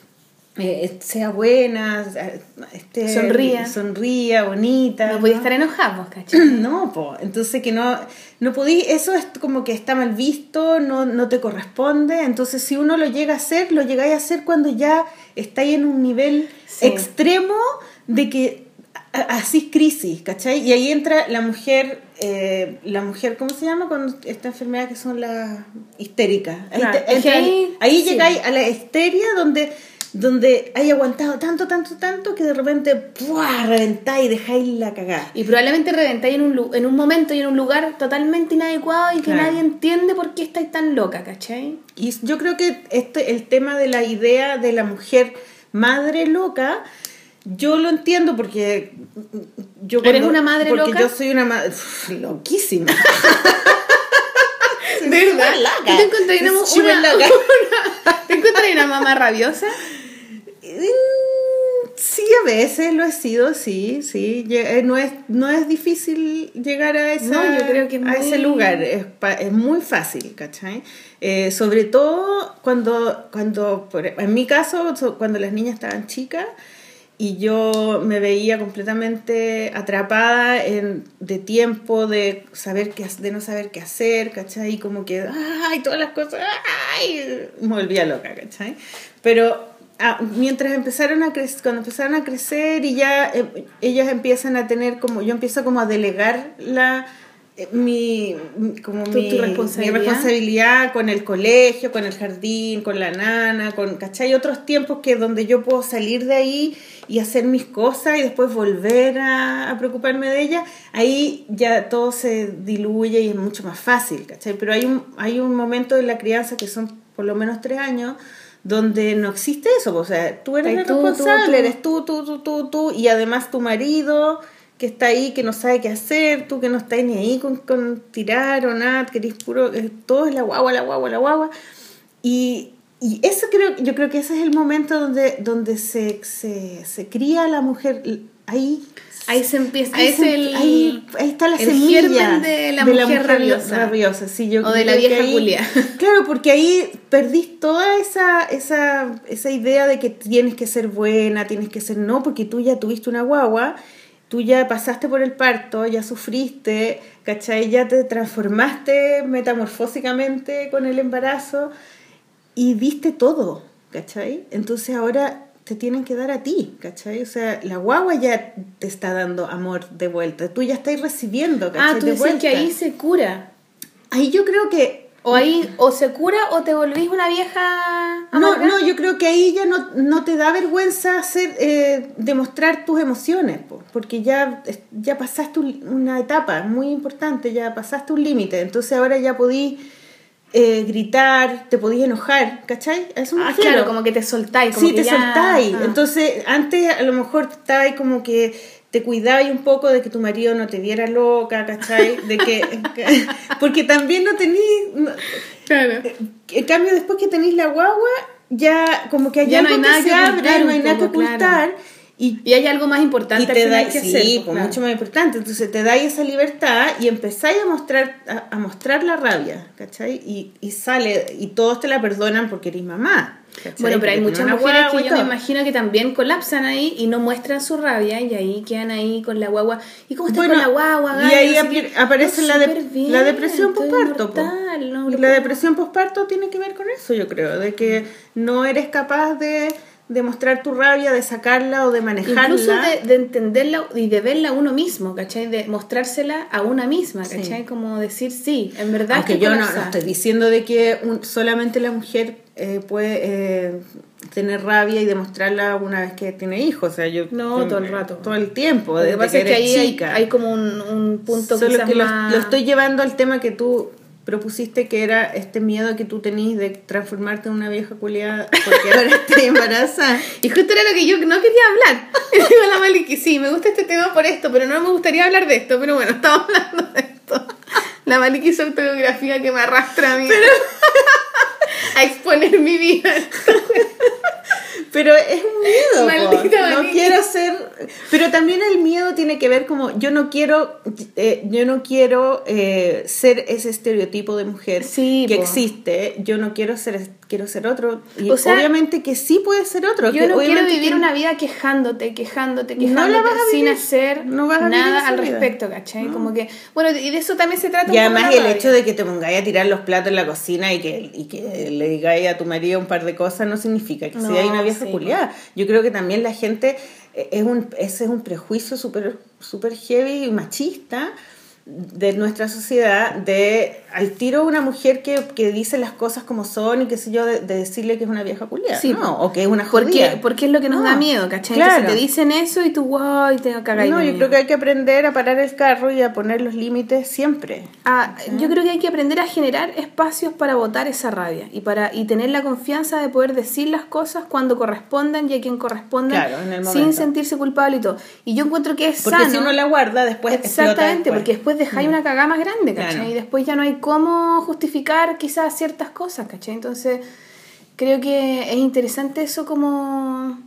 Eh, sea buena, este, sonría, sonría, bonita. No podía estar enojado, ¿cachai? No, po, entonces que no, no podí, eso es como que está mal visto, no, no te corresponde, entonces si uno lo llega a hacer, lo llegáis a hacer cuando ya estáis en un nivel sí. extremo de que así crisis, ¿cachai? Y ahí entra la mujer, eh, la mujer, ¿cómo se llama? Cuando esta enfermedad que son las histéricas. Ahí, Claro, te, entra, ahí, ahí sí. llegáis a la histeria donde, donde hay aguantado tanto, tanto, tanto que de repente ¡puah! Reventáis y dejáis la cagada. Y probablemente reventáis en un, en un momento y en un lugar totalmente inadecuado y que Claro. nadie entiende por qué estáis tan loca, ¿cachai? Y yo creo que este, el tema de la idea de la mujer madre loca, yo lo entiendo porque yo ¿Eres cuando- una madre porque loca? yo soy una madre loquísima. ¿De verdad? loca. ¿Tú te encontrás una, Es súper una, loca. una- ¿te encontrás una mamá rabiosa? Mm, Sí, a veces lo he sido, sí, sí. Lle- eh, No es, no es difícil llegar a, esa, No, yo creo que es a muy- ese lugar. Es, pa- es muy fácil, ¿cachai? Eh, sobre todo cuando, cuando, por- en mi caso, so- cuando las niñas estaban chicas y yo me veía completamente atrapada en, de tiempo, de saber qué, ha- de no saber qué hacer, ¿cachai? Y como que, ay, todas las cosas, ay, me volvía loca, ¿cachai? Pero ah, mientras empezaron a crecer, cuando empezaron a crecer y ya eh, ellas empiezan a tener como, yo empiezo como a delegar la eh, mi, mi- como Tu- mi, tu responsabilidad. mi responsabilidad con el colegio, con el jardín, con la nana, con, ¿cachai? Otros tiempos que donde yo puedo salir de ahí y hacer mis cosas y después volver a, a preocuparme de ella, ahí ya todo se diluye y es mucho más fácil, ¿cachai? Pero hay un, hay un momento en la crianza que son por lo menos tres años donde no existe eso, o sea, tú eres Ay, el tú, tú, responsable, tú. eres tú, tú, tú, tú, tú, y además tu marido que está ahí, que no sabe qué hacer, tú que no estás ni ahí con, con tirar o nada, que eres puro, eh, todo es la guagua, la guagua, la guagua, y, y eso creo, yo creo que ese es el momento donde, donde se, se, se cría la mujer, ahí... Ahí se empieza, Ahí, es se- el, ahí, ahí está la el semilla germen de la mujer rabiosa. rabiosa, sí, yo O de yo la creo que vieja ahí- culia. Claro, porque ahí perdís toda esa, esa, esa idea de que tienes que ser buena, tienes que ser no, porque tú ya tuviste una guagua, tú ya pasaste por el parto, ya sufriste, ¿cachai? Ya te transformaste metamorfósicamente con el embarazo y viste todo, ¿cachai? Entonces ahora te tienen que dar a ti, ¿cachai? O sea, la guagua ya te está dando amor de vuelta, tú ya estás recibiendo, ¿cachai? Ah, tú de decís vuelta. que ahí se cura. Ahí yo creo que... O ahí o se cura o te volvís una vieja No, amarga. no, yo creo que ahí ya no, no te da vergüenza hacer, eh, demostrar tus emociones, po, porque ya, ya pasaste un- una etapa muy importante, ya pasaste un límite, entonces ahora ya podís eh, gritar, te podís enojar, ¿cachai? A eso me Ah, refiero. claro, como que te soltáis. Como Sí, que te ya- soltáis. ah. Entonces, antes a lo mejor estabais como que te cuidabais un poco de que tu marido no te viera loca, ¿cachai? De que, porque también no tenís... no- Claro. en cambio, después que tenéis la guagua, ya como que hay Ya no algo hay nada que se que abre, ocultar no hay un nada que poco, claro. ocultar. Y, Y hay algo más importante y al te final da, que sí, hacer. pues, claro. mucho más importante. Entonces te dais esa libertad y empezáis a mostrar, a, a mostrar la rabia, ¿cachai? Y, y sale, y todos te la perdonan porque eres mamá. ¿cachai? Bueno, pero hay Porque muchas tenés una mujeres guagua que y yo me todo. imagino que también colapsan ahí y no muestran su rabia y ahí quedan ahí con la guagua. ¿Y cómo estás Bueno, con la guagua? y Gaya? ahí No sé api- qué. aparece No, la, de- súper bien, la depresión estoy posparto, po. mortal, no Y lo la puedo- depresión posparto tiene que ver con eso, yo creo, de que no eres capaz de, de mostrar tu rabia, de sacarla o de manejarla. Incluso de, de entenderla y de verla a uno mismo, ¿cachai? De mostrársela a una misma, ¿cachai? Sí. Como decir, sí, en verdad Aunque estoy yo no, no colapsada. estoy diciendo de que un- solamente la mujer eh, puede eh, tener rabia y demostrarla una vez que tiene hijos. O sea, yo No, todo el rato. Todo el tiempo, Lo que desde pasa que es que eres ahí hay, chica. hay como un, un punto Solo quizás que lo, más... lo estoy llevando al tema que tú propusiste, que era este miedo que tú tenís de transformarte en una vieja culiada porque ahora estás embarazada. Y justo era lo que yo no quería hablar. Y digo a la Maliki, sí, me gusta este tema por esto, pero no me gustaría hablar de esto. Pero bueno, estamos hablando de esto. La Maliki hizo autobiografía que me arrastra a mí a exponer mi vida. Pero es un miedo, po. Maldita No Maliki. quiero ser... Pero también el miedo tiene que ver como... Yo no quiero eh, yo no quiero eh, ser ese estereotipo de mujer Sí, que po. existe. Yo no quiero ser quiero ser otro. Y O sea, obviamente que sí puede ser otro. Yo que no quiero obviamente vivir que- una vida quejándote, quejándote, No quejándote, la vas a sin vivir. hacer No vas a vivir nada esa al vida. respecto, ¿cachai? Como que, bueno, y de eso también se trata Y un poco además la el rabia. hecho de que te pongáis a tirar los platos en la cocina y que, y que le digáis a tu marido un par de cosas no significa que No, sea una vieja sí, culiada. Yo creo que también la gente es un, ese es un prejuicio súper super heavy y machista de nuestra sociedad, de al tiro una mujer que, que dice las cosas como son y qué sé yo, de, de decirle que es una vieja culiada, sí, ¿no? O que es una porque, jodida. porque es lo que nos no. da miedo, ¿cachai? Claro. Entonces te dicen eso y tú, wow, y te cagas. No, yo creo que hay que aprender a parar el carro y a poner los límites siempre. Ah, yo creo que hay que aprender a generar espacios para botar esa rabia y para y tener la confianza de poder decir las cosas cuando correspondan y a quien correspondan, claro, en el sin sentirse culpable y todo. Y yo encuentro que es porque sano. si uno la guarda, después exactamente, después. porque después dejáis mm. una cagada más grande, ¿cachai? Claro. Y después ya no hay cómo justificar quizás ciertas cosas, ¿cachai? Entonces, creo que es interesante eso como...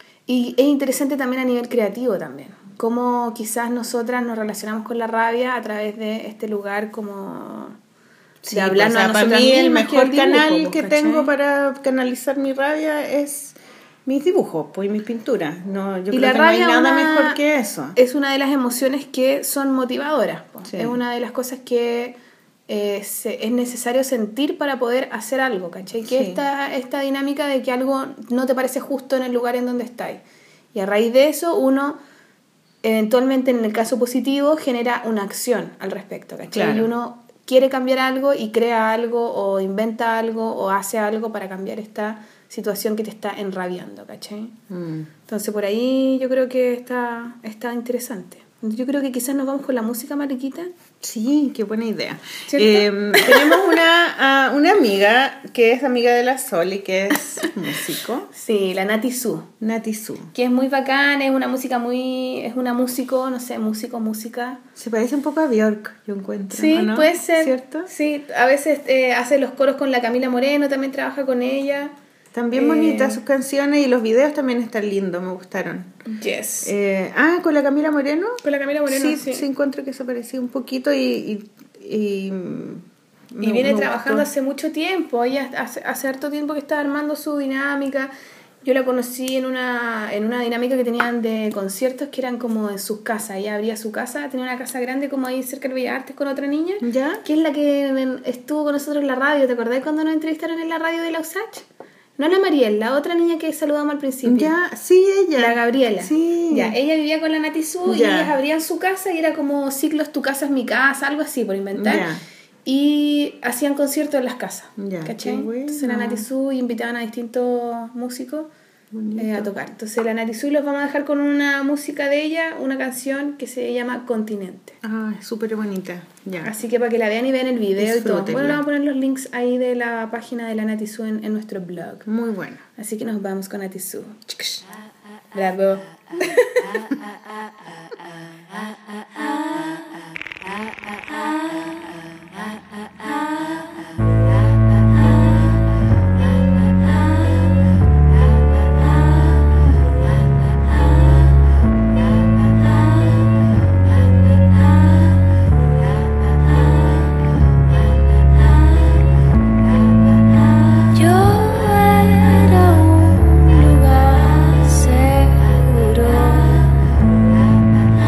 Y es interesante también a nivel creativo también. Cómo quizás nosotras nos relacionamos con la rabia a través de este lugar como... Sí, de hablarnos o sea, a nosotras para mí el mismas, mejor que el dibujo, canal pues, que ¿cachai? tengo para canalizar mi rabia es mis dibujos, pues, y mis pinturas. No, yo y creo la que no hay rabia nada una, mejor que eso. Es una de las emociones que son motivadoras. Pues. Sí. Es una de las cosas que eh, se, es necesario sentir para poder hacer algo, ¿cachai? Que Sí. esta, esta dinámica de que algo no te parece justo en el lugar en donde estáis. Y a raíz de eso uno eventualmente, en el caso positivo, genera una acción al respecto, ¿cachai? Claro. Y uno quiere cambiar algo y crea algo o inventa algo o hace algo para cambiar esta situación que te está enrabiando, ¿cachai? Mm. Entonces por ahí yo creo que está, está interesante. Yo creo que quizás nos vamos con la música, Mariquita. Sí, qué buena idea. ¿Cierto? Eh, tenemos una, uh, una amiga que es amiga de la Sol y que es músico. Sí, la Nati Su. Nati Su. Que es muy bacana, es una música muy... Es una músico, no sé, músico, música. Se parece un poco a Björk, yo encuentro. Sí, ¿o no? puede ser. ¿Cierto? Sí, a veces eh, hace los coros con la Camila Moreno, también trabaja con ella. También Eh, bonitas sus canciones y los videos también están lindos, me gustaron. Yes. Eh, ah, con la Camila Moreno. Con la Camila Moreno, sí. sí. Sí, encuentro que se parecía un poquito y... y, y Y me, viene me trabajando gustó. hace mucho tiempo. Ella hace, hace harto tiempo que está armando su dinámica. Yo la conocí en una, en una dinámica que tenían de conciertos que eran como en sus casas. Ella abría su casa, tenía una casa grande como ahí cerca del Bellas Artes con otra niña. ¿Ya? Que es la que estuvo con nosotros en la radio. ¿Te acordás cuando nos entrevistaron en la radio de la U S A C H? No la Mariel, la otra niña que saludamos al principio. Ya, sí, ella. La Gabriela. Sí. Ya, ella vivía con la Nati Su y Ya. ellas abrían su casa y era como ciclos Tu casa es mi casa, algo así por inventar. Ya. Y hacían conciertos en las casas. Ya, ¿Cachai? qué bueno. Entonces la Nati Su y invitaban a distintos músicos eh, a tocar. Entonces la Nati Su y los vamos a dejar con una música de ella, una canción que se llama Continente. Ah, es súper bonita. Ya. Así que para que la vean y vean el video y todo. Disfrútenla. Bueno, le vamos a poner los links ahí de la página de la Nati Su en, en nuestro blog. Muy buena. Así que nos vamos con Nati Su. Bravo. Yo era un lugar seguro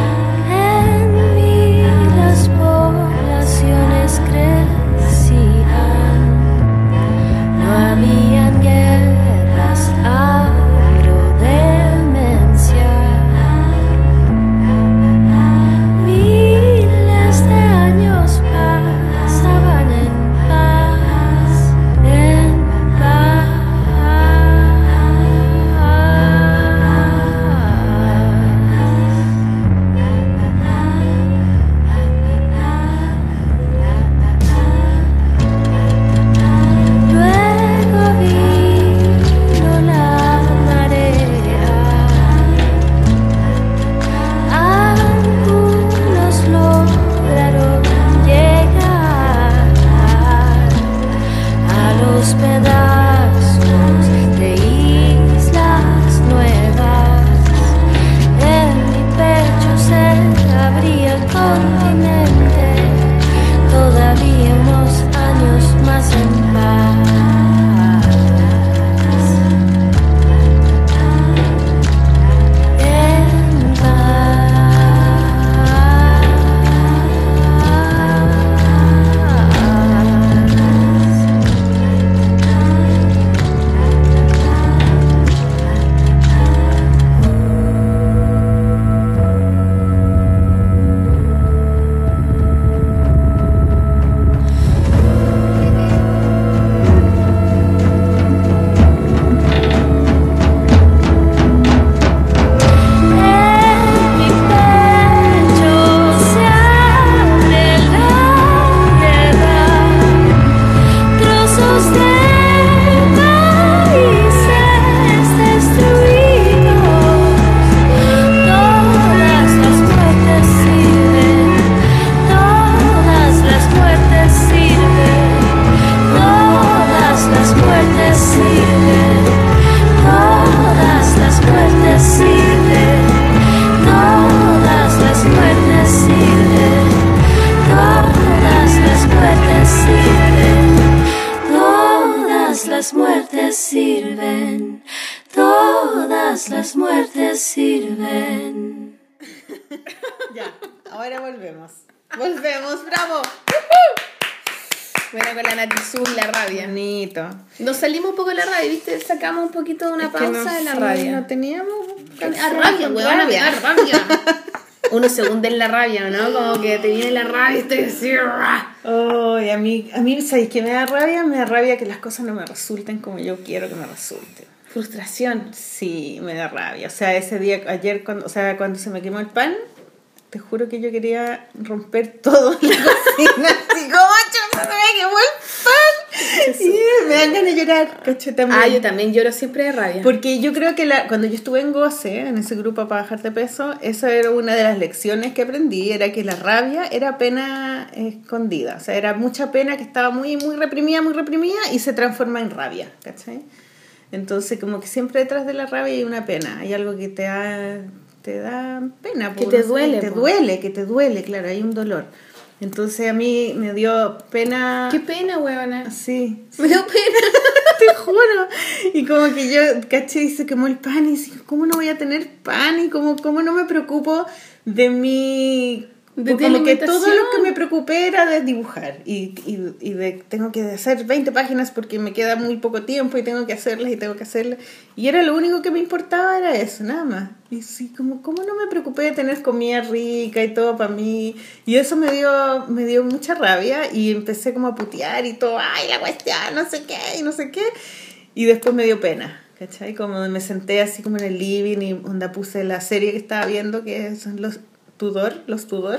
sirven, todas las muertes sirven. Ya, ahora volvemos. Volvemos, bravo. Bueno, con la Natizul, la rabia. Bonito. Nos salimos un poco de la rabia, ¿viste? Sacamos un poquito de una Es que pausa no, de la sí, rabia. No teníamos. A rabia, weón, me da rabia. Uno se hunde en la rabia, ¿no? Como que te viene la rabia y estoy así. Oh, y a mí, a mí, ¿sabes qué me da rabia? Me da rabia que las cosas no me resulten como yo quiero que me resulten. Frustración. Sí, me da rabia. O sea, ese día, ayer, cuando, o sea, cuando se me quemó el pan, te juro que yo quería romper todo en la cocina. Así como, chuta, se me quemó el pan. Y me dan ganas de llorar, cacho, también. Ah, yo también lloro siempre de rabia. Porque yo creo que la, cuando yo estuve en Goce, en ese grupo para bajar de peso, esa era una de las lecciones que aprendí, era que la rabia era pena escondida. O sea, era mucha pena que estaba muy, muy reprimida, muy reprimida y se transforma en rabia, ¿cachai? Entonces, como que siempre detrás de la rabia hay una pena, hay algo que te da, te da pena. Que po, te no sé, duele, Te po. duele, que te duele, claro, hay un dolor. Entonces a mí me dio pena... Qué pena, weona. Sí, Me dio pena. te juro. Y como que yo, caché, y se quemó el pan y dije, ¿cómo no voy a tener pan? Y como, ¿cómo no me preocupo de mi... De como tu que todo alimentación. lo que me preocupé era de dibujar y, y, y de tengo que hacer veinte páginas porque me queda muy poco tiempo y tengo que hacerlas y tengo que hacerlas. Y era lo único que me importaba, era eso, nada más. Y sí, como, ¿cómo no me preocupé de tener comida rica y todo para mí? Y eso me dio, me dio mucha rabia y empecé como a putear y todo, ay, la cuestión, no sé qué, y no sé qué. Y después me dio pena, ¿cachai? Como me senté así como en el living y onda puse la serie que estaba viendo, que son los Tudor, los Tudor.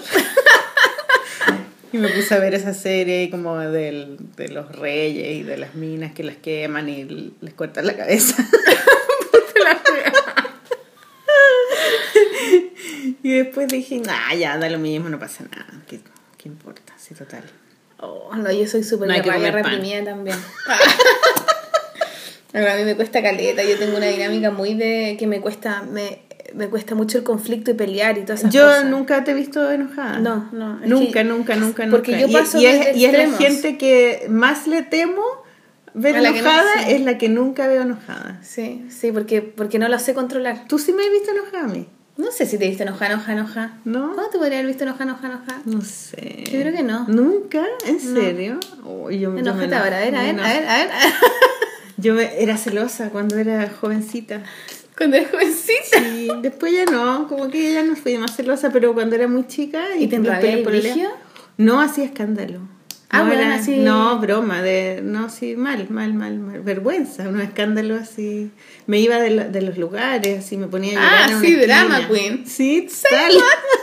Y me puse a ver esa serie como del, de los reyes y de las minas que las queman y les cortan la cabeza. Y después dije, nah, ya, da lo mismo, no pasa nada. ¿Qué, qué importa? Sí, total. Oh, no, yo soy súper No hay que rabia comer pan. reprimida también. Pero a mí me cuesta caleta, yo tengo una dinámica muy de que me cuesta, me, me cuesta mucho el conflicto y pelear y todas esas Yo cosas. nunca te he visto enojada. No, no. es Nunca, que- nunca, nunca, Porque nunca. yo Y- paso y, es, desde y es la extremos. gente que más le temo ver A la que no- enojada, sí. es la que nunca veo enojada. Sí, sí, porque, porque no lo sé controlar. ¿Tú sí me has visto enojada a mí? No sé si te viste enojada, enojada, enojada. ¿No? ¿Cuándo te podría haber visto enojada, enojada, enojada? No sé. Yo creo que no. ¿Nunca? ¿En No. serio? Oh, yo, yo me Enojate eno- ahora, a ver, a me ver, enojo. a ver, a ver. Yo me, era celosa cuando era jovencita. Cuando eres jovencita. Sí, después ya no, como que ya no fui más celosa, pero cuando era muy chica... ¿Y te los enrabiaba peleé el por el- brígido? No, hacía escándalo. Ah, no, bueno, era- así- no, broma, de, no, sí, mal, mal, mal, mal, vergüenza, un escándalo así. Me iba de, la- de los lugares, así me ponía a llorar Ah, en una sí, esquina. drama queen. Sí, tal.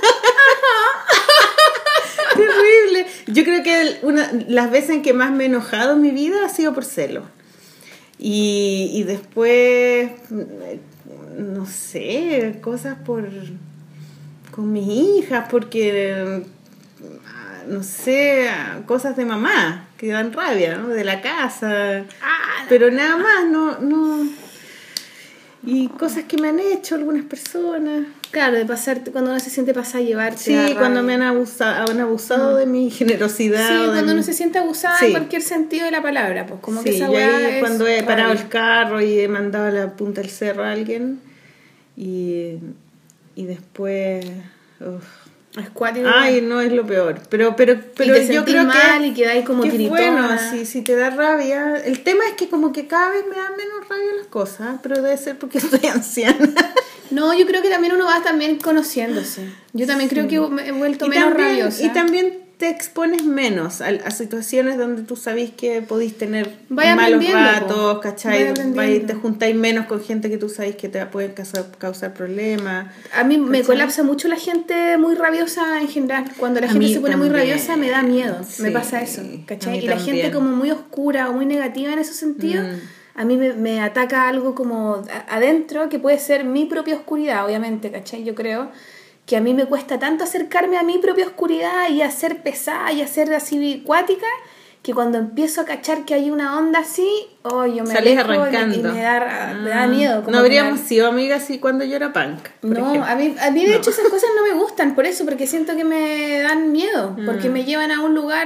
Terrible. Yo creo que el- una, las veces en que más me he enojado en mi vida ha sido por celo. Y, y después, no sé, cosas por con mis hijas, porque, no sé, cosas de mamá que dan rabia, ¿no? De la casa. Ah, Pero nada más, no, no. Y cosas que me han hecho algunas personas. claro, de pasarte, cuando uno se siente pasar a llevarte. Sí, da cuando rabia. me han abusado, han abusado de mi generosidad. Sí, o de cuando mi- uno se siente abusada Sí. en cualquier sentido de la palabra, pues como que Sí, esa yo weá ahí es cuando he parado rabia. el carro y he mandado a la punta del cerro a alguien y, y después uf. Es cuático. Ay, no, es lo peor, pero pero pero te yo sentís creo mal que y quedáis como que tiritona. bueno, si, si te da rabia, el tema es que como que cada vez me dan menos rabia las cosas, pero debe ser porque estoy anciana. No, yo creo que también uno va también conociéndose. Yo también creo que me he vuelto y menos también, rabiosa. y también te expones menos a, a situaciones donde tú sabís que podís tener Vaya malos aprendiendo, ratos, po. ¿cachai? Vaya aprendiendo. Vaya- te juntáis menos con gente que tú sabís que te pueden causar, causar problemas. A mí me ¿Cachai? colapsa mucho la gente muy rabiosa en general. Cuando la A gente mí se pone muy también. rabiosa me da miedo. Me Sí, pasa eso, a ¿cachai? mí Y la también. gente como muy oscura o muy negativa en ese sentido, Mm. a mí me, me ataca algo como a- adentro que puede ser mi propia oscuridad, obviamente, ¿cachai? Yo creo que a mí me cuesta tanto acercarme a mi propia oscuridad y a ser pesada y a ser así cuática, que cuando empiezo a cachar que hay una onda así, oh, yo me Salís alejo y me- arrancando. y me da, me da miedo. como No que habríamos me- sido amigas si cuando yo era punk. por no, ejemplo. a mí, a mí de No. hecho esas cosas no me gustan, por eso, porque siento que me dan miedo, porque Mm. me llevan a un lugar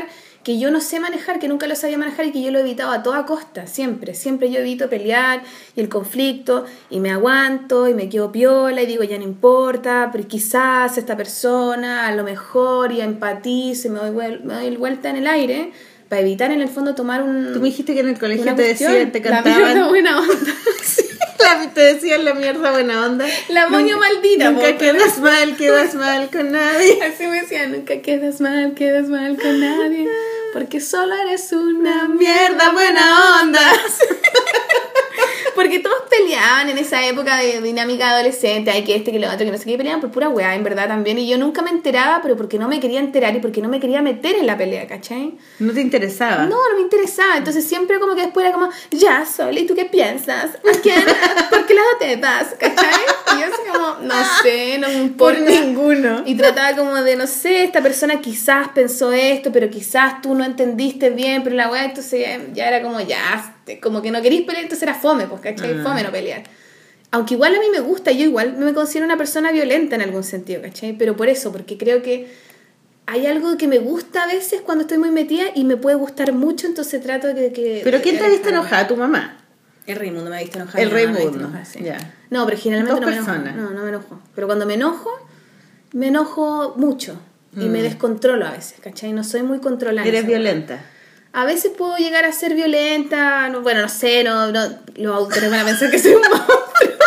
que yo no sé manejar, que nunca lo sabía manejar y que yo lo he evitado a toda costa, siempre, siempre yo evito pelear y el conflicto y me aguanto y me quedo piola y digo ya no importa, pero quizás esta persona a lo mejor y empatizo y me doy, vuel- me doy vuelta en el aire para evitar en el fondo tomar un... Tú me dijiste que en el colegio una te cuestión, decían, te la cantaban... mierda buena onda. La- te decían la mierda buena onda. La moño Nunca- maldita. Nunca po, quedas mal, quedas mal con nadie. así me decían, nunca quedas mal, quedas mal con nadie, porque solo eres una mierda buena onda. Porque todos peleaban en esa época de dinámica adolescente, hay que este, que lo otro, que no sé qué, peleaban por pura weá, en verdad también, y yo nunca me enteraba, pero porque no me quería enterar y porque no me quería meter en la pelea, ¿cachai? No te interesaba. No, no me interesaba, entonces siempre como que después era como, ya, Sol, ¿y tú qué piensas? ¿A quién? ¿Por qué lado te vas? ¿Cachai? Y yo así como, no sé, no me importa. Por ninguno. Y trataba como de, no sé, esta persona quizás pensó esto, pero quizás tú no entendiste bien, pero la weá, entonces ya era como, ya, como que no querís pelear, entonces era fome, pues, ¿cachai? Ah. Fome no pelear. Aunque igual a mí me gusta, yo igual me considero una persona violenta en algún sentido, ¿cachai? Pero por eso, porque creo que hay algo que me gusta a veces cuando estoy muy metida y me puede gustar mucho, entonces trato de que... ¿Pero quién te ha visto alejarme. enojada? ¿Tu mamá? El Raimundo me ha visto enojada. El mi mamá me ha visto Raimundo, enojada, sí. ya. No, pero generalmente Dos no me enojo. personas. No, no me enojo. Pero cuando me enojo, me enojo mucho. Y Mm. me descontrolo a veces, ¿cachai? No soy muy controlante. Eres violenta. A veces puedo llegar a ser violenta, no, bueno, no sé, no, no, los autores van a pensar que soy un monstruo.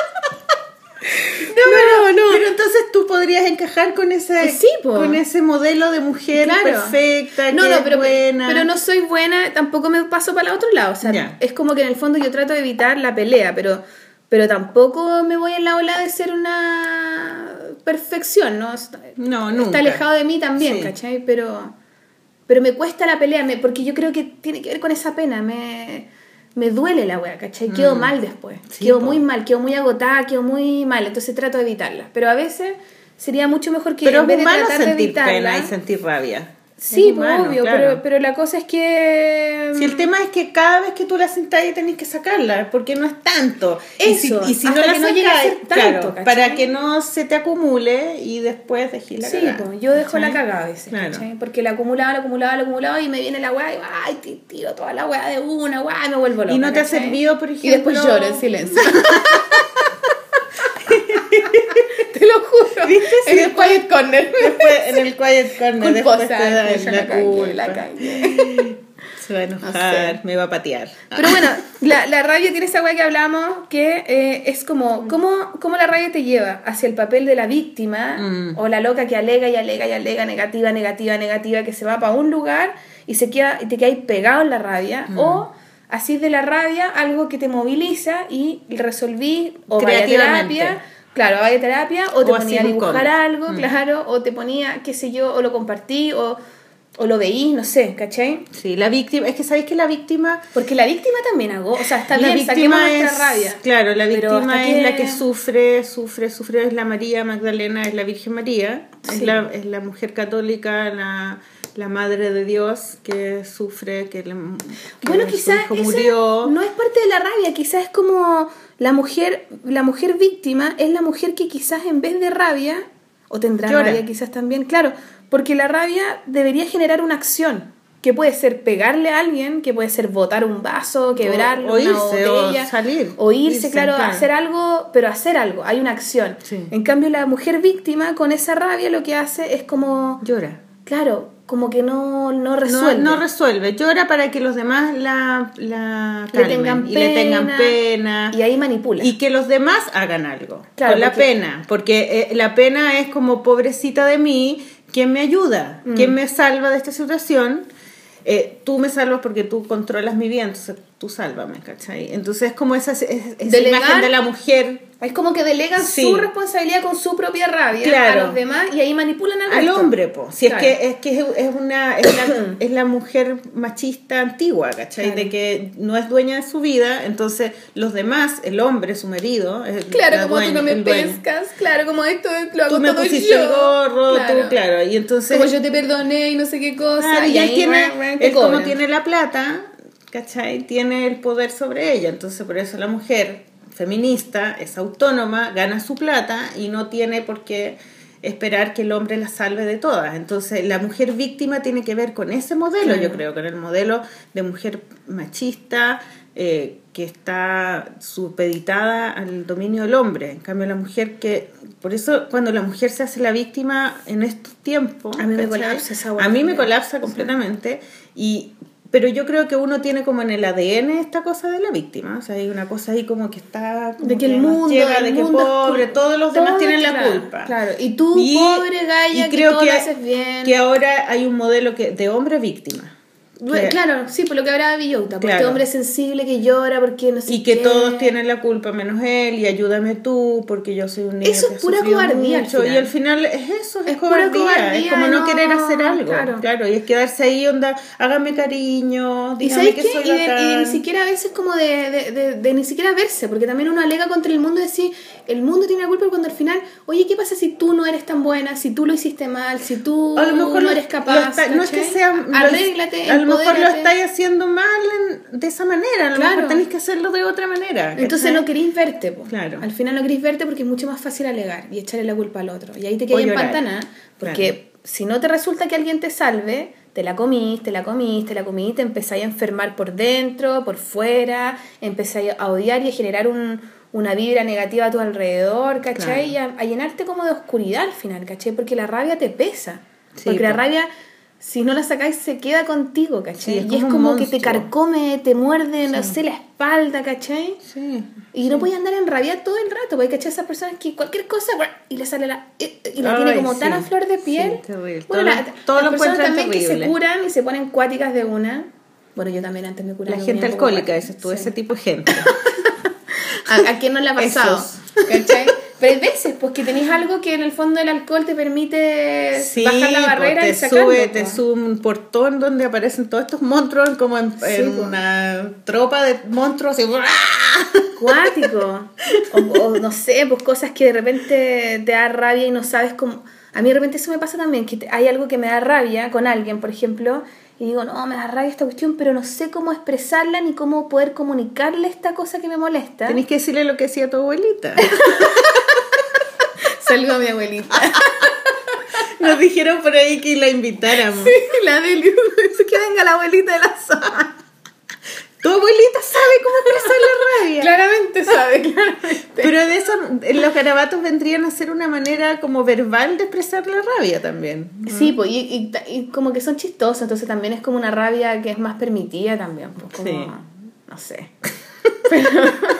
No, pero, no. Pero entonces tú podrías encajar con ese, Sí, po. con ese modelo de mujer Claro. perfecta, no, que no, es pero, buena. pero no soy buena, tampoco me paso para el otro lado. O sea, Ya. es como que en el fondo yo trato de evitar la pelea, pero, pero tampoco me voy en la ola de ser una perfección, ¿no? No, nunca. Está alejado de mí también, Sí. ¿cachai? Pero, pero me cuesta la pelea, me, porque yo creo que tiene que ver con esa pena, me, me duele la wea, ¿cachai? Quedo Mm. mal después, Sí, quedo po. muy mal, quedo muy agotada, quedo muy mal, entonces trato de evitarla. Pero a veces sería mucho mejor que Pero en es vez de humano tratar de sentir evitarla... pena y sentir rabia. Sí, Es pues, humano, obvio, claro. pero, pero la cosa es que... Si el tema es que cada vez que tú la sentás y tenés que sacarla, porque no es tanto. Y si, Eso, y si hasta no la que no llegue a sacáis, ser tanto, claro, ¿cachai? para que no se te acumule y después dejes la Sí, cagada, pues, yo dejo la ¿cachai? cagada a veces, Claro. ¿cachai? Porque la acumulaba, la acumulaba, la acumulaba y me viene la weá y ay, te tiro toda la weá de una, weá, y me vuelvo loca. Y no te ha ¿cachai? servido, por Y después ejemplo- lloro en silencio. Te lo juro. ¿Viste? Sí, En el después- quiet corner. Después, en el quiet corner, después te Culposa, da yo la, la cagué, culpa. la cagué. Se va a enojar, No sé. me va a patear. Pero bueno, la, la rabia tiene esa weá que hablamos, que eh, es como, ¿cómo, ¿cómo la rabia te lleva hacia el papel de la víctima Mm. o la loca que alega y alega y alega, negativa, negativa, negativa, que se va para un lugar y se queda, y te quedas pegado en la rabia, Mm. o así de la rabia algo que te moviliza y resolví o vaya a Creativamente. terapia, claro, vaya a terapia, o te O ponía a así un dibujar cómic. algo, Mm. claro, o te ponía, qué sé yo, o lo compartí, o, o lo veís, no sé, ¿cachai? Sí, la víctima, es que sabéis que la víctima... Porque la víctima también hago, o sea, está la bien, saquemos víctima nuestra es, rabia. claro, la Pero víctima hasta es que- la que sufre, sufre, sufre, es la María Magdalena, es la Virgen María, es, Sí. la, es la mujer católica, la, la madre de Dios que sufre, que, le, que Bueno, su quizás hijo esa murió. no es parte de la rabia, quizás es como la mujer, la mujer víctima es la mujer que quizás en vez de rabia, o tendrá Llora. rabia quizás también, claro, porque la rabia debería generar una acción, que puede ser pegarle a alguien, que puede ser botar un vaso, quebrarlo, o una irse, o botella, salir, o irse, irse, claro, claro. hacer algo, pero hacer algo, hay una acción. Sí. En cambio, la mujer víctima con esa rabia lo que hace es como, Llora. claro, como que no, no No, resuelve. no resuelve, llora para que los demás la, la Le calmen tengan y le tengan pena, pena. y ahí manipula. Y que los demás hagan algo Claro, con la porque- pena, porque eh, la pena es como pobrecita de mí, ¿quién me ayuda? Mm. ¿Quién me salva de esta situación? Eh, tú me salvas porque tú controlas mi vida, entonces tú sálvame, ¿cachai? Entonces es como esa, es- esa Delegar- imagen de la mujer Es como que delegan Sí. su responsabilidad con su propia rabia Claro. a los demás y ahí manipulan al, al resto. hombre, po. Si Claro. es que es que es, es una es la, es la mujer machista antigua, ¿cachai? Claro. De que no es dueña de su vida, entonces los demás, el hombre, su marido, es Claro, la como dueña- tú no me el dueño. pescas, claro, como esto lo hago Tú me todo pusiste yo. el gorro, tú, claro, y entonces Como yo te perdoné y no sé qué cosa. Ah, y, y él ahí tiene, ran, ran, te él como cobran. tiene la plata, ¿cachai? Tiene el poder sobre ella, entonces por eso la mujer feminista es autónoma, gana su plata y no tiene por qué esperar que el hombre la salve de todas. Entonces la mujer víctima tiene que ver con ese modelo, claro. Yo creo, con el modelo de mujer machista, eh, que está supeditada al dominio del hombre. En cambio la mujer que... Por eso cuando la mujer se hace la víctima en estos tiempos... A mí me colapsa esa A mí me colapsa completamente. Y... Pero yo creo que uno tiene como en el A D N esta cosa de la víctima. O sea, hay una cosa ahí como que está... Como de que, que el mundo... Llega, el de que mundo pobre, todos los demás todo, tienen la claro, culpa. Claro, y tú, y, pobre galla, y creo que todo que, lo haces bien. Que ahora hay un modelo que de hombre víctima. Que, claro, sí, por lo que hablaba Villota, porque claro. Este hombre sensible que llora porque no sé y que qué. Todos tienen la culpa menos él, y ayúdame tú porque yo soy un niño eso que es pura sufrió cobardía mucho, al final. y al final es eso, es, es cobardía, cobardía, es como no, no querer hacer algo, claro. claro, y es quedarse ahí, onda, hágame cariño, ¿Y dígame sabes que qué? soy Y de, bacán. y de ni siquiera a veces como de, de, de, de ni siquiera verse, porque también uno alega contra el mundo y decir, el mundo tiene la culpa cuando al final, oye, ¿qué pasa si tú no eres tan buena, si tú lo hiciste mal, si tú a lo mejor no lo, eres capaz? está, no es que sea, arréglate, a lo mejor lo empodérate. estáis haciendo mal en, de esa manera, a lo Claro. mejor tenéis que hacerlo de otra manera. Entonces ¿cachai? no queréis verte, po. Claro. Al final no queréis verte porque es mucho más fácil alegar y echarle la culpa al otro. Y ahí te quedas en pantana, porque claro. Si no te resulta que alguien te salve, te la comís, te la comís, te la comís, te empezáis a enfermar por dentro, por fuera, empezáis a odiar y a generar un, una vibra negativa a tu alrededor, ¿cachai? Claro. Y a, a llenarte como de oscuridad al final, ¿cachai? Porque la rabia te pesa. Sí, porque pues. La rabia... Si no la sacáis, se queda contigo, ¿cachai? Sí, es y es como que te carcome, te muerde, sí. No sé, la espalda, ¿cachai? Sí. Y sí. No puedes andar en rabia todo el rato, porque, ¿cachai? Esas personas que cualquier cosa, y le sale la... Y la Ay, tiene como sí. Tan a flor de piel. Sí, terrible. Bueno, todo la, lo, todo las lo personas también terrible. Que se curan y se ponen cuáticas de una. Bueno, yo también antes me curaba. La gente alcohólica, ese, tú, sí. Ese tipo de gente. ¿A, ¿A quién no le ha pasado? ¿Cachai? Pero hay veces, pues que tenés algo que en el fondo el alcohol te permite sí, bajar la barrera te y sacarlo. Sube, te sube un portón donde aparecen todos estos monstruos como en, sí, en pues. Una tropa de monstruos y cuático. O, o no sé, pues cosas que de repente te da rabia y no sabes cómo. A mí de repente eso me pasa también, que te, hay algo que me da rabia con alguien, por ejemplo, y digo, no, me da rabia esta cuestión, pero no sé cómo expresarla ni cómo poder comunicarle esta cosa que me molesta. Tenés que decirle lo que decía tu abuelita. Saludo a mi abuelita. Nos dijeron por ahí que la invitáramos. Sí, la Deli. Que venga la abuelita de la zona. Tu abuelita sabe cómo expresar la rabia. Claramente sabe, claramente. Pero de eso, los garabatos vendrían a ser una manera como verbal de expresar la rabia también, ¿no? Sí, pues, y, y, y como que son chistosos, entonces también es como una rabia que es más permitida también. Pues, como, sí. No sé. Pero,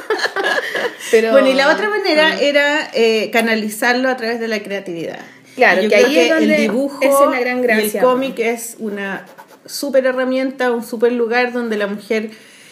pero, bueno, y la otra manera uh, era eh, canalizarlo a través de la creatividad. Claro, yo que creo ahí que es donde el dibujo esa es la gran gracia, y el cómic es una súper herramienta, un súper lugar donde la mujer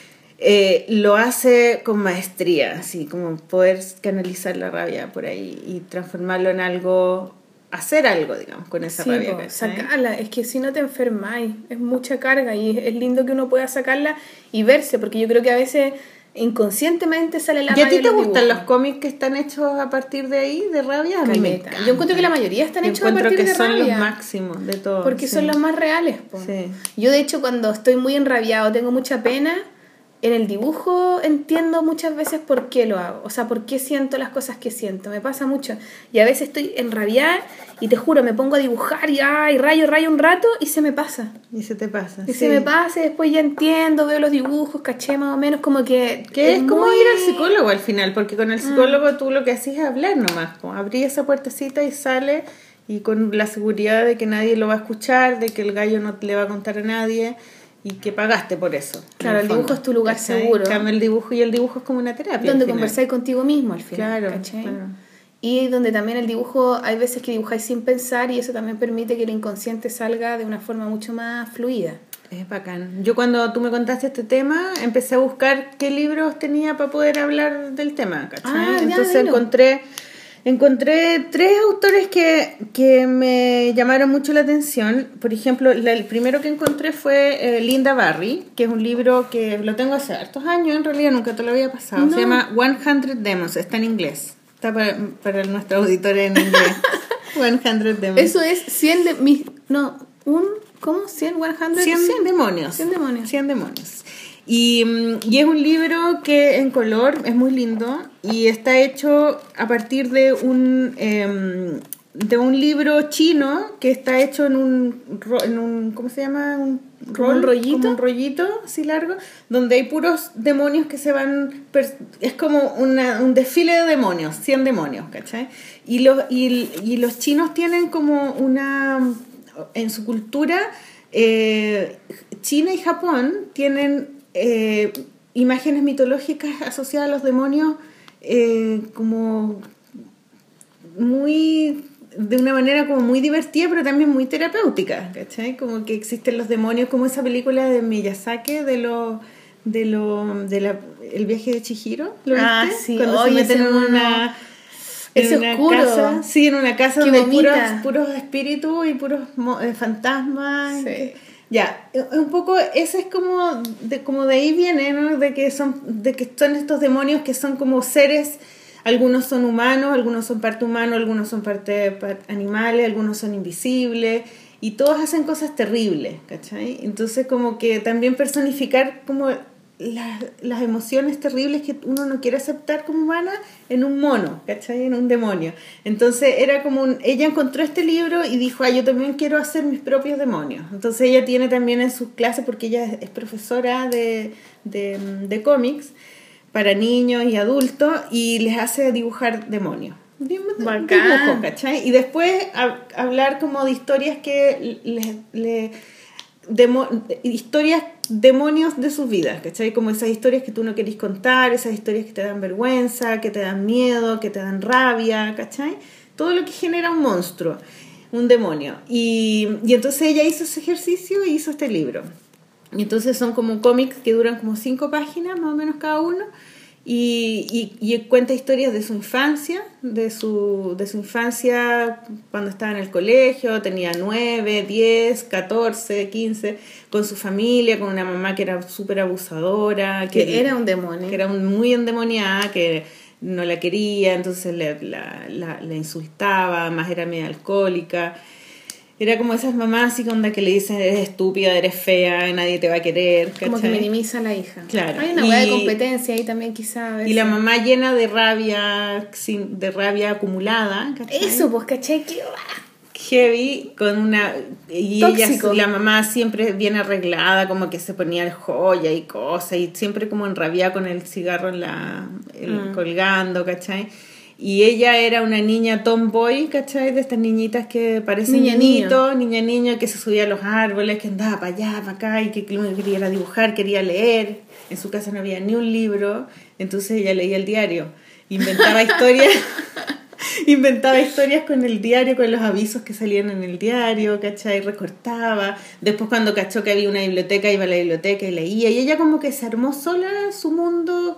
eh, lo hace con maestría, así como poder canalizar la rabia por ahí y transformarlo en algo, hacer algo, digamos, con esa sí, rabia. Po, sacarla, es que si no te enfermáis, es mucha carga y es lindo que uno pueda sacarla y verse, porque yo creo que a veces inconscientemente sale la rabia. ¿Y a ti te gustan los cómics que están hechos a partir de ahí, de rabia? A mí me encanta. Yo encuentro que la mayoría están Yo hechos a partir de rabia. Encuentro que son los máximos de todos. Porque sí. son los más reales. Po. Sí. Yo de hecho cuando estoy muy enrabiado, tengo mucha pena, en el dibujo entiendo muchas veces por qué lo hago. O sea, por qué siento las cosas que siento. Me pasa mucho. Y a veces estoy enrabiada y te juro, me pongo a dibujar y, ay, rayo, rayo un rato y se me pasa. Y se te pasa. Y sí. se me pasa y después ya entiendo, veo los dibujos, caché más o menos como que... Que es, es como muy... ir al psicólogo al final, porque con el psicólogo mm. tú lo que haces es hablar nomás. Abrí esa puertecita y sale y con la seguridad de que nadie lo va a escuchar, de que el gallo no le va a contar a nadie... Y que pagaste por eso. Claro, el dibujo es tu lugar ¿cachai? Seguro. Cambia el dibujo y el dibujo es como una terapia. Donde conversáis contigo mismo al final. Claro, ¿cachai? claro. Y donde también el dibujo, hay veces que dibujáis sin pensar y eso también permite que el inconsciente salga de una forma mucho más fluida. Es bacán. Yo cuando tú me contaste este tema, empecé a buscar qué libros tenía para poder hablar del tema, ¿cachai? Ah, Entonces ya, encontré... Encontré tres autores que, que me llamaron mucho la atención. Por ejemplo, la, el primero que encontré fue eh, Linda Barry, que es un libro que lo tengo hace hartos años, en realidad nunca te lo había pasado. No. Se llama cien Demons, está en inglés. Está para, para nuestro auditor en inglés. cien Demons. Eso es cien de... Mi, no, un... ¿Cómo? ¿cien? ¿cien? cien demonios. cien demonios. cien demonios. Y, y es un libro que en color es muy lindo y está hecho a partir de un, eh, de un libro chino que está hecho en un, en un ¿cómo se llama? Un, rol, ¿Un rollito? Como un rollito así largo, donde hay puros demonios que se van, es como una, un desfile de demonios, cien demonios, ¿cachai? Y los, y, y los chinos tienen como una, en su cultura, eh, China y Japón tienen eh, imágenes mitológicas asociadas a los demonios eh, como muy, de una manera como muy divertida, pero también muy terapéutica, ¿cachai? Como que existen los demonios, como esa película de Miyazaki de lo de lo de la el viaje de Chihiro, ¿lo viste? Ah, sí. Cuando Oye, se meten en ese una es en una oscuro. casa, sí, en una casa Que donde hay puros, vomita. puros espíritus y puros mo- eh, fantasmas. Sí. Ya, un poco ese es como de, como de ahí viene, ¿no? De que son de que son estos demonios que son como seres. Algunos son humanos, algunos son parte humano, algunos son parte, parte animales, algunos son invisibles y todos hacen cosas terribles, ¿cachai? Entonces como que también personificar como la, las emociones terribles que uno no quiere aceptar como humana en un mono, ¿cachai? En un demonio. Entonces era como un, ella encontró este libro y dijo, ah, yo también quiero hacer mis propios demonios. Entonces ella tiene también en sus clases, porque ella es, es profesora de, de, de cómics, para niños y adultos, y les hace dibujar demonios. Bacán. Dibujo, ¿cachai? Y después a, hablar como de historias que le, le demo, historias demonios de sus vidas, ¿cachai? Como esas historias que tú no querís contar, esas historias que te dan vergüenza, que te dan miedo, que te dan rabia, ¿cachai? Todo lo que genera un monstruo, un demonio. Y, y entonces ella hizo ese ejercicio y hizo este libro. Y entonces son como cómics que duran como cinco páginas más o menos cada uno y, y, y cuenta historias de su infancia, de su, de su infancia cuando estaba en el colegio, tenía nueve, diez, catorce, quince, con su familia, con una mamá que era súper abusadora, Que que era un demonio. que era un, muy endemoniada, que no la quería, entonces le, la, la, la insultaba, más era media alcohólica. Era como esas mamás así onda que le dicen eres estúpida, eres fea, nadie te va a querer, ¿cachai? Como que minimiza a la hija. Claro. Hay una Y- hueá de competencia ahí también quizá. a veces. Y la mamá llena de rabia, sin, de rabia acumulada, ¿cachai? Eso, pues, ¿cachai? Que, Heavy, con una... Y Tóxico. ella, la mamá siempre bien arreglada, como que se ponía joya y cosas, y siempre como enrabiada con el cigarro en la, el, Mm. colgando, ¿cachai? Y ella era una niña tomboy, ¿cachai? De estas niñitas que parecen Niña, niñitos, niña, niño, que se subía a los árboles, que andaba para allá, para acá, y que quería ir a dibujar, quería leer. En su casa no había ni un libro, entonces ella leía el diario. Inventaba historias, inventaba historias con el diario, con los avisos que salían en el diario, ¿cachai? Recortaba. Después cuando cachó que había una biblioteca, iba a la biblioteca y leía. Y ella como que se armó sola su mundo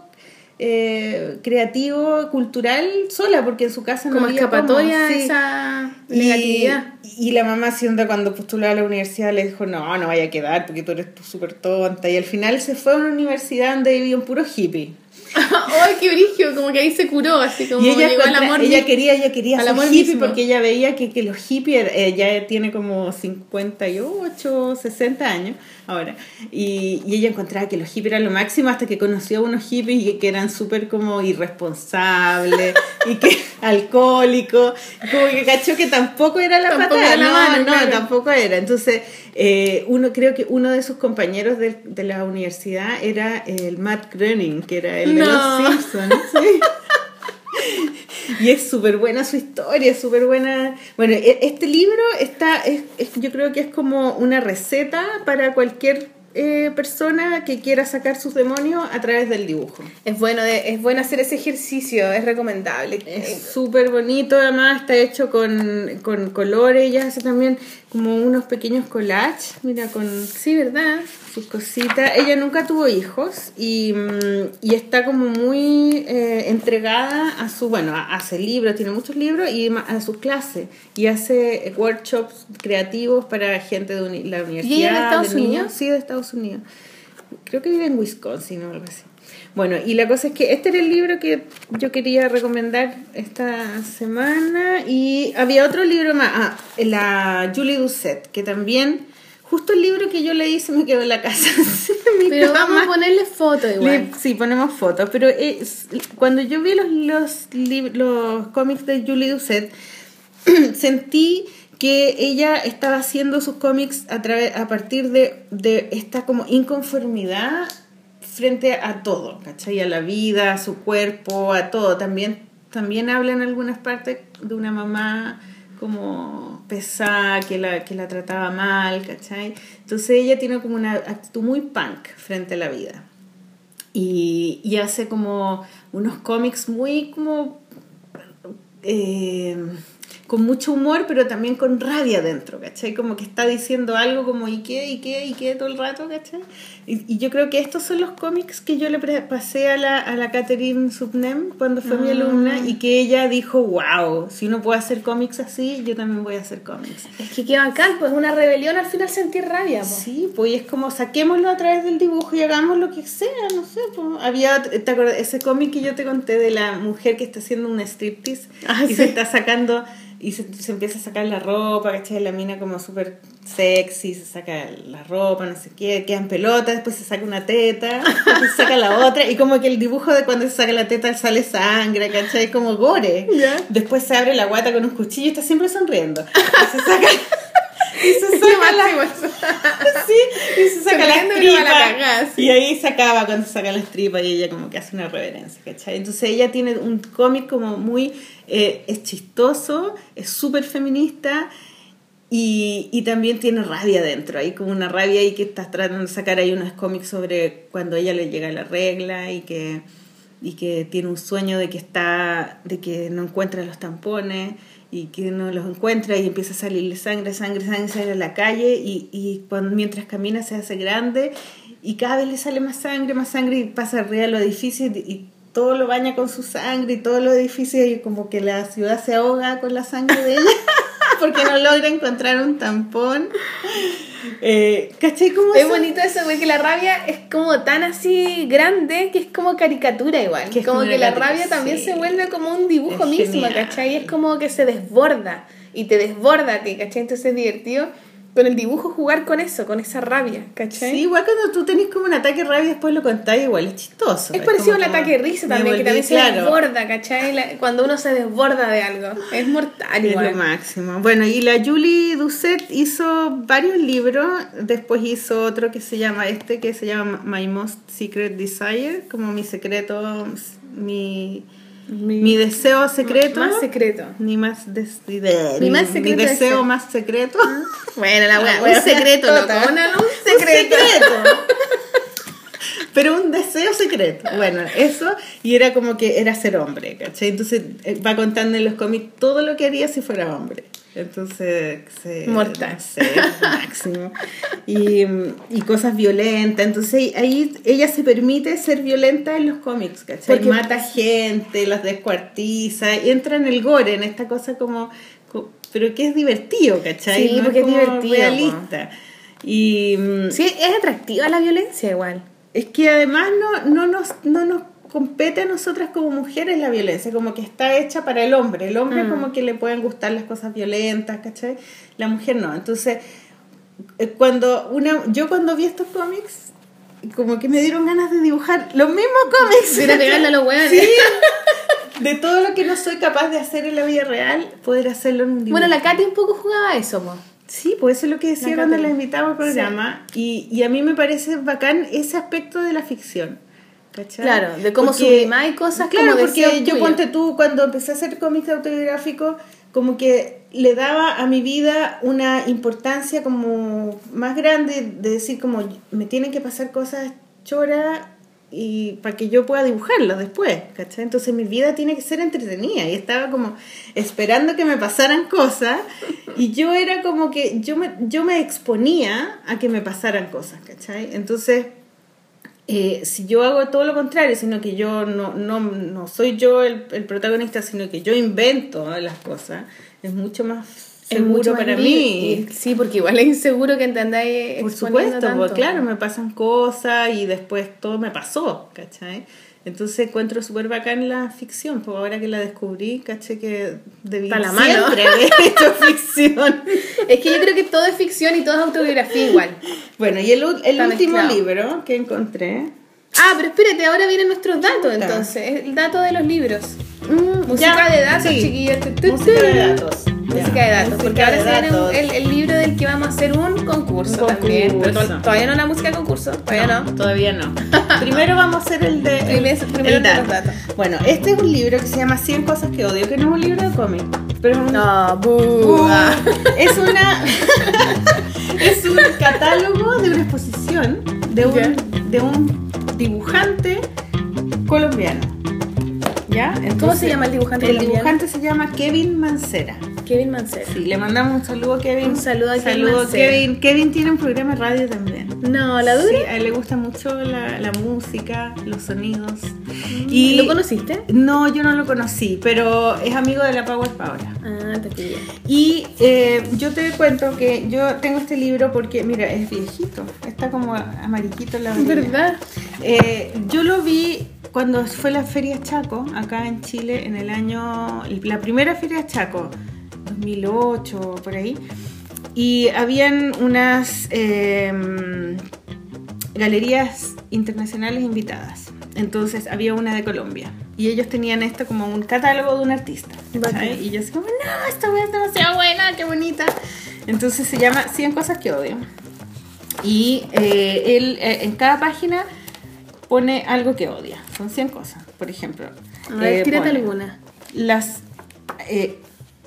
eh, creativo, cultural, sola, porque en su casa no como había escapatoria cómo, a sí. esa Y- negatividad. Y la mamá siendo cuando postulaba a la universidad le dijo, no, no vaya a quedar porque tú eres súper tonta. Y al final se fue a una universidad donde vivía un puro hippie. ¡Ay, qué brillo! Como que ahí se curó, así como Y ella, llegó al contra- amor. ella mi- quería, ella quería al ser amor hippie mismo. porque ella veía que, que los hippies, eh, ya tiene como cincuenta y ocho, sesenta años ahora, y, y ella encontraba que los hippies eran lo máximo hasta que conoció a unos hippies y que eran súper como irresponsables y que alcohólicos, como que cachó que tampoco era la Tampoco patada, era la no, mano, no, claro. tampoco era. Entonces, eh, uno creo que uno de sus compañeros de, de la universidad era el Matt Groening, que era el de No. los Simpsons, ¿sí? Y es súper buena su historia, es súper buena. Bueno, e- este libro está, es, es- yo creo que es como una receta para cualquier eh, persona que quiera sacar sus demonios a través del dibujo. Es bueno, de, es bueno hacer ese ejercicio, es recomendable. Es súper bonito, además está hecho con, con colores. Ella hace también como unos pequeños collages, mira, con Sí, ¿verdad? sus cositas. Ella nunca tuvo hijos y, mm, y está como muy eh, entregada a su, bueno, a- hace libros, tiene muchos libros y ma- a sus clases y hace eh, workshops creativos para gente de uni- la universidad. ¿Y ella de Estados niños. Unidos? Sí, de Estados Unidos. Creo que vive en Wisconsin o algo así. Bueno, y la cosa es que este era el libro que yo quería recomendar esta semana y había otro libro más, ah, la Julie Doucet, que también, justo el libro que yo leí se me quedó en la casa. Mi Pero cama. vamos a ponerle foto igual. Le- sí, ponemos fotos, pero es, cuando yo vi los, los, lib- los cómics de Julie Doucet, sentí que ella estaba haciendo sus cómics a, través, a partir de, de esta como inconformidad frente a todo, ¿cachai? A la vida, a su cuerpo, a todo. También, también habla en algunas partes de una mamá como pesada, que la, que la trataba mal, ¿cachai? Entonces ella tiene como una actitud muy punk frente a la vida. Y, y hace como unos cómics muy como... Eh, con mucho humor, pero también con rabia dentro, ¿cachai? Como que está diciendo algo como ¿y qué? ¿y qué? ¿y qué? todo el rato, ¿cachai? Y, y yo creo que estos son los cómics que yo le pasé a la, a la Catherine Subnem cuando fue mm. mi alumna, y que ella dijo, wow, si uno puede hacer cómics así, yo también voy a hacer cómics. Es que qué bacán, pues una rebelión al final sentir rabia, pues. Sí, pues es como saquémoslo a través del dibujo y hagamos lo que sea, no sé, pues. Había, ¿te acuerdas? Ese cómic que yo te conté de la mujer que está haciendo un striptease ah, y sí. se está sacando... Y se, se empieza a sacar la ropa, ¿cachai? La mina como súper sexy, se saca la ropa, no sé qué, queda en pelota, después se saca una teta, después se saca la otra, y como que el dibujo de cuando se saca la teta sale sangre, ¿cachai? Como gore. ¿Ya? Después se abre la guata con un cuchillo y está siempre sonriendo. Y se saca... Y se saca la... sí, y se saca las tripas. Y ahí se acaba cuando se saca las tripas y ella como que hace una reverencia, ¿cachai? Entonces ella tiene un cómic como muy... Eh, es chistoso, es súper feminista y, y también tiene rabia dentro. Hay como una rabia ahí que estás tratando de sacar. Hay unos cómics sobre cuando a ella le llega la regla y que, y que tiene un sueño de que, está, de que no encuentra los tampones y que no los encuentra y empieza a salirle sangre, sangre, sangre, sale a la calle y, y cuando, mientras camina se hace grande y cada vez le sale más sangre, más sangre y pasa arriba de los edificios y, y todo lo baña con su sangre y todos los edificios y como que la ciudad se ahoga con la sangre de ella porque no logra encontrar un tampón. Eh, ¿Cachai? ¿Cómo es bonito eso, güey, que la rabia es como tan así grande que es como caricatura igual. Que es como, como que la rabia sí. también se vuelve como un dibujo es mismo, genial. ¿Cachai? Es como que se desborda y te desborda a ti, ¿cachai? Entonces es divertido con el dibujo jugar con eso, con esa rabia, ¿cachai? Sí, igual cuando tú tenés como un ataque de rabia y después lo contás, igual es chistoso. Es, es parecido al ataque de risa también, volví, que también claro. se desborda, ¿cachai? La, cuando uno se desborda de algo, es mortal igual. Es lo máximo. Bueno, y la Julie Doucet hizo varios libros, después hizo otro que se llama este, que se llama My Most Secret Desire, como mi secreto, mi... Mi, mi deseo secreto. Más secreto. Ni más des, de, mi, más secreto mi deseo más secreto. Bueno, la wea, un secreto, loco. Una, un secreto. Un secreto. Pero un deseo secreto. Bueno, eso. Y era como que era ser hombre, ¿cachai? Entonces va contando en los cómics todo lo que haría si fuera hombre. Entonces, se, mortal. No sé, máximo. Y, y cosas violentas. Entonces, ahí ella se permite ser violenta en los cómics, ¿cachai? Porque mata gente, las descuartiza, y entra en el gore, en esta cosa como, como pero que es divertido, ¿cachai? Sí, no porque es, es divertido. Realista. Y, sí, es atractiva la violencia igual. Es que además no, no nos... No nos compete a nosotras como mujeres la violencia, como que está hecha para el hombre. El hombre mm. como que le pueden gustar las cosas violentas, ¿cachai? La mujer no. Entonces, cuando una yo cuando vi estos cómics, como que me dieron ganas de dibujar los mismos cómics. De pegarle a los hueones. Sí. De todo lo que no soy capaz de hacer en la vida real, poder hacerlo en un dibujo. Bueno, la Katy un poco jugaba eso, ¿no? Sí, pues eso es lo que decía la cuando la invitaba al programa. Sí. Y, y a mí me parece bacán ese aspecto de la ficción. ¿Cachai? Claro, de cómo sublimar cosas. Claro, como porque yo ponte tú, cuando empecé a hacer cómics autobiográficos, como que le daba a mi vida una importancia como más grande, de decir como me tienen que pasar cosas choras y para que yo pueda dibujarlas después, ¿cachai? Entonces mi vida tiene que ser entretenida y estaba como esperando que me pasaran cosas y yo era como que yo me, yo me exponía a que me pasaran cosas, ¿cachai? Entonces... Eh, si yo hago todo lo contrario, sino que yo no, no, no soy yo el, el protagonista, sino que yo invento las cosas, es mucho más seguro mucho para mí. Y, sí, porque igual es inseguro que entendáis. Por supuesto, tanto. Pues claro, me pasan cosas y después todo me pasó, ¿cachai? Entonces encuentro súper bacán la ficción, porque ahora que la descubrí, caché que debí la siempre haber hecho ficción. Es que yo creo que todo es ficción y todo es autobiografía igual. Bueno, y el, el último mezclado. libro que encontré... Ah, pero espérate, ahora vienen nuestros datos entonces. El dato de los libros. Mm, música ya, de datos, sí. chiquillos. Música de datos. Música de datos, porque ahora se viene un- el, el libro del que vamos a hacer un concurso, Un también. Pero concurso. to- todavía no la música de concurso, todavía no. Todavía no. Primero vamos a hacer el de Primero- el, primero el de dato. los datos. Bueno, este es un libro que se llama cien cosas que odio, que no es un libro de cómic, pero es un No, bu. Uh, Ah. es una es un catálogo de una exposición de un, Ya. de un dibujante colombiano. ¿Ya? ¿Cómo Entonces, se llama el dibujante El colombiano? dibujante se llama Kevin Mancera. Kevin Mancera. Sí, le mandamos un saludo a Kevin. Un saludo a Kevin Saludo a Mancera. Kevin. Kevin tiene un programa de radio también. No, la dura. Sí, a él le gusta mucho la, la música, los sonidos. ¿Lo conociste? No, yo no lo conocí, pero es amigo de la Power Paola. Ah, te pillé. Y eh, yo te cuento que yo tengo este libro porque, mira, es viejito, está como amarillito en la orilla. ¿Verdad? Eh, yo lo vi cuando fue la Feria Chaco, acá en Chile, en el año, la primera Feria Chaco, dos mil ocho, por ahí, y habían unas eh, galerías internacionales invitadas. Entonces había una de Colombia y ellos tenían esto como un catálogo de un artista, ¿cachai? Bacán. Y yo así como, no, esta wea es demasiado buena, qué bonita. Entonces se llama cien cosas que odio. Y eh, él eh, en cada página pone algo que odia. Son cien cosas, por ejemplo. A ver, Eh, tírate pone alguna. Las... eh,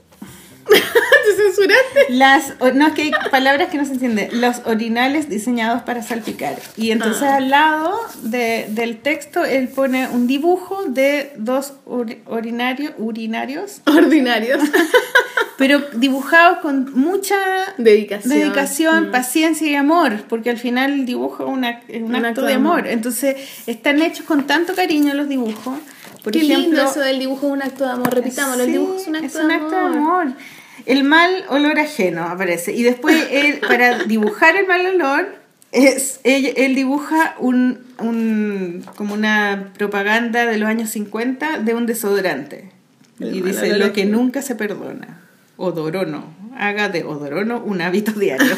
¿Te censuraste? Las, o- no, es que hay palabras que no se entienden. Los orinales diseñados para salpicar. Y entonces Ah. al lado de- del texto él pone un dibujo de dos uri- urinario- urinarios, Ordinarios. pero dibujados con mucha Dedicación. dedicación, Mm. paciencia y amor, porque al final el dibujo es una- es un, acto, de amor. Entonces están hechos con tanto cariño los dibujos. Por Qué ejemplo, lindo eso del dibujo es un acto de amor. Repitámoslo, el sí, dibujo es un acto, es de, un amor. acto de amor. El mal olor ajeno aparece. Y después, él, para dibujar el mal olor, es, él, él dibuja un, un, como una propaganda de los años cincuenta de un desodorante. El Y mal dice, olor lo que ajeno. nunca se perdona. Odorono. Haga de odorono un hábito diario.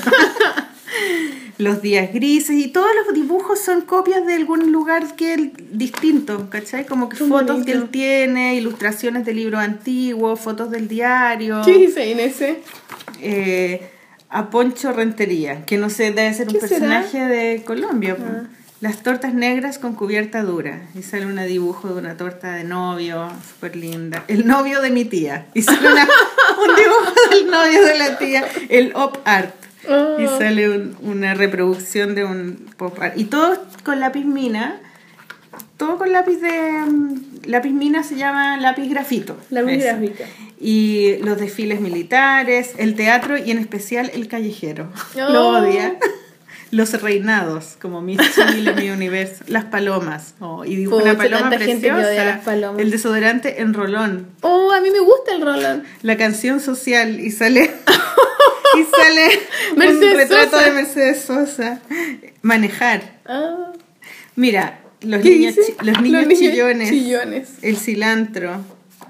Los días grises y todos los dibujos son copias de algún lugar que él distinto, ¿cachai? Como que Qué fotos bonito. que él tiene, ilustraciones de libros antiguos, fotos del diario. ¿Qué dice Inés? Eh, a Poncho Rentería, que no sé, debe ser un ¿Qué será? personaje de Colombia. po. Ah. Las tortas negras con cubierta dura. Y sale un dibujo de una torta de novio, súper linda. El novio de mi tía. Y sale una- un dibujo del novio de la tía. El op art. Oh. Y sale un- una reproducción de un pop art. Y todo con lápiz mina. Todo con lápiz de... mm, lápiz mina se llama lápiz grafito. Lápiz Eso. grafito. Y los desfiles militares, el teatro y en especial el callejero. Oh. Lo odia. Los reinados, como mi Chile, mi universo. Las palomas. Oh, y dibuja una Pucha, paloma tanta gente que preciosa. odia las palomas. El desodorante en rolón. Oh, a mí me gusta el Roland. La canción social y sale... y sale Mercedes un retrato Sosa. de Mercedes Sosa. Manejar. Ah. Mira, los ¿Qué niños, dice? chi- los niños chillones. chillones. El cilantro.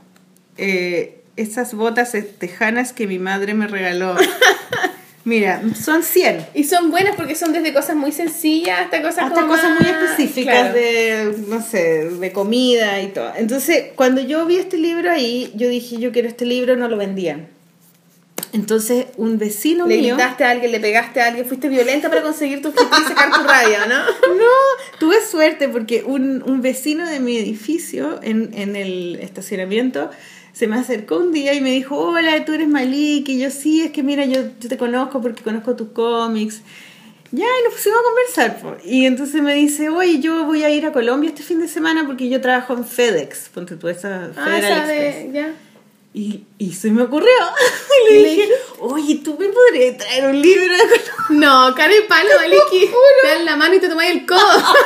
Eh, esas botas tejanas que mi madre me regaló. Mira, son cien. Y son buenas porque son desde cosas muy sencillas hasta cosas Hasta como cosas más- muy específicas Claro. de, no sé, de comida y todo. Entonces, cuando yo vi este libro ahí, yo dije, yo quiero este libro, no lo vendían. Entonces, un vecino Le mío... gritaste a alguien, le pegaste a alguien, fuiste violenta para conseguir tu objetivo y sacar tu rabia, ¿no? No, tuve suerte porque un, un vecino de mi edificio en, en el estacionamiento se me acercó un día y me dijo, hola, tú eres Malik. Y yo, sí, es que mira, yo, yo te conozco porque conozco tus cómics. Ya, y nos pusimos a conversar. Po. Y entonces me dice, oye, yo voy a ir a Colombia este fin de semana porque yo trabajo en FedEx. Ponte tú esa Ah, Federal esa Express. de... Ya. Y, y se me ocurrió. Y le Y le dije, oye, ¿tú me podrías traer un libro de Colombia? No, cara y palo, Maliki. Te dan la mano y te tomáis el codo.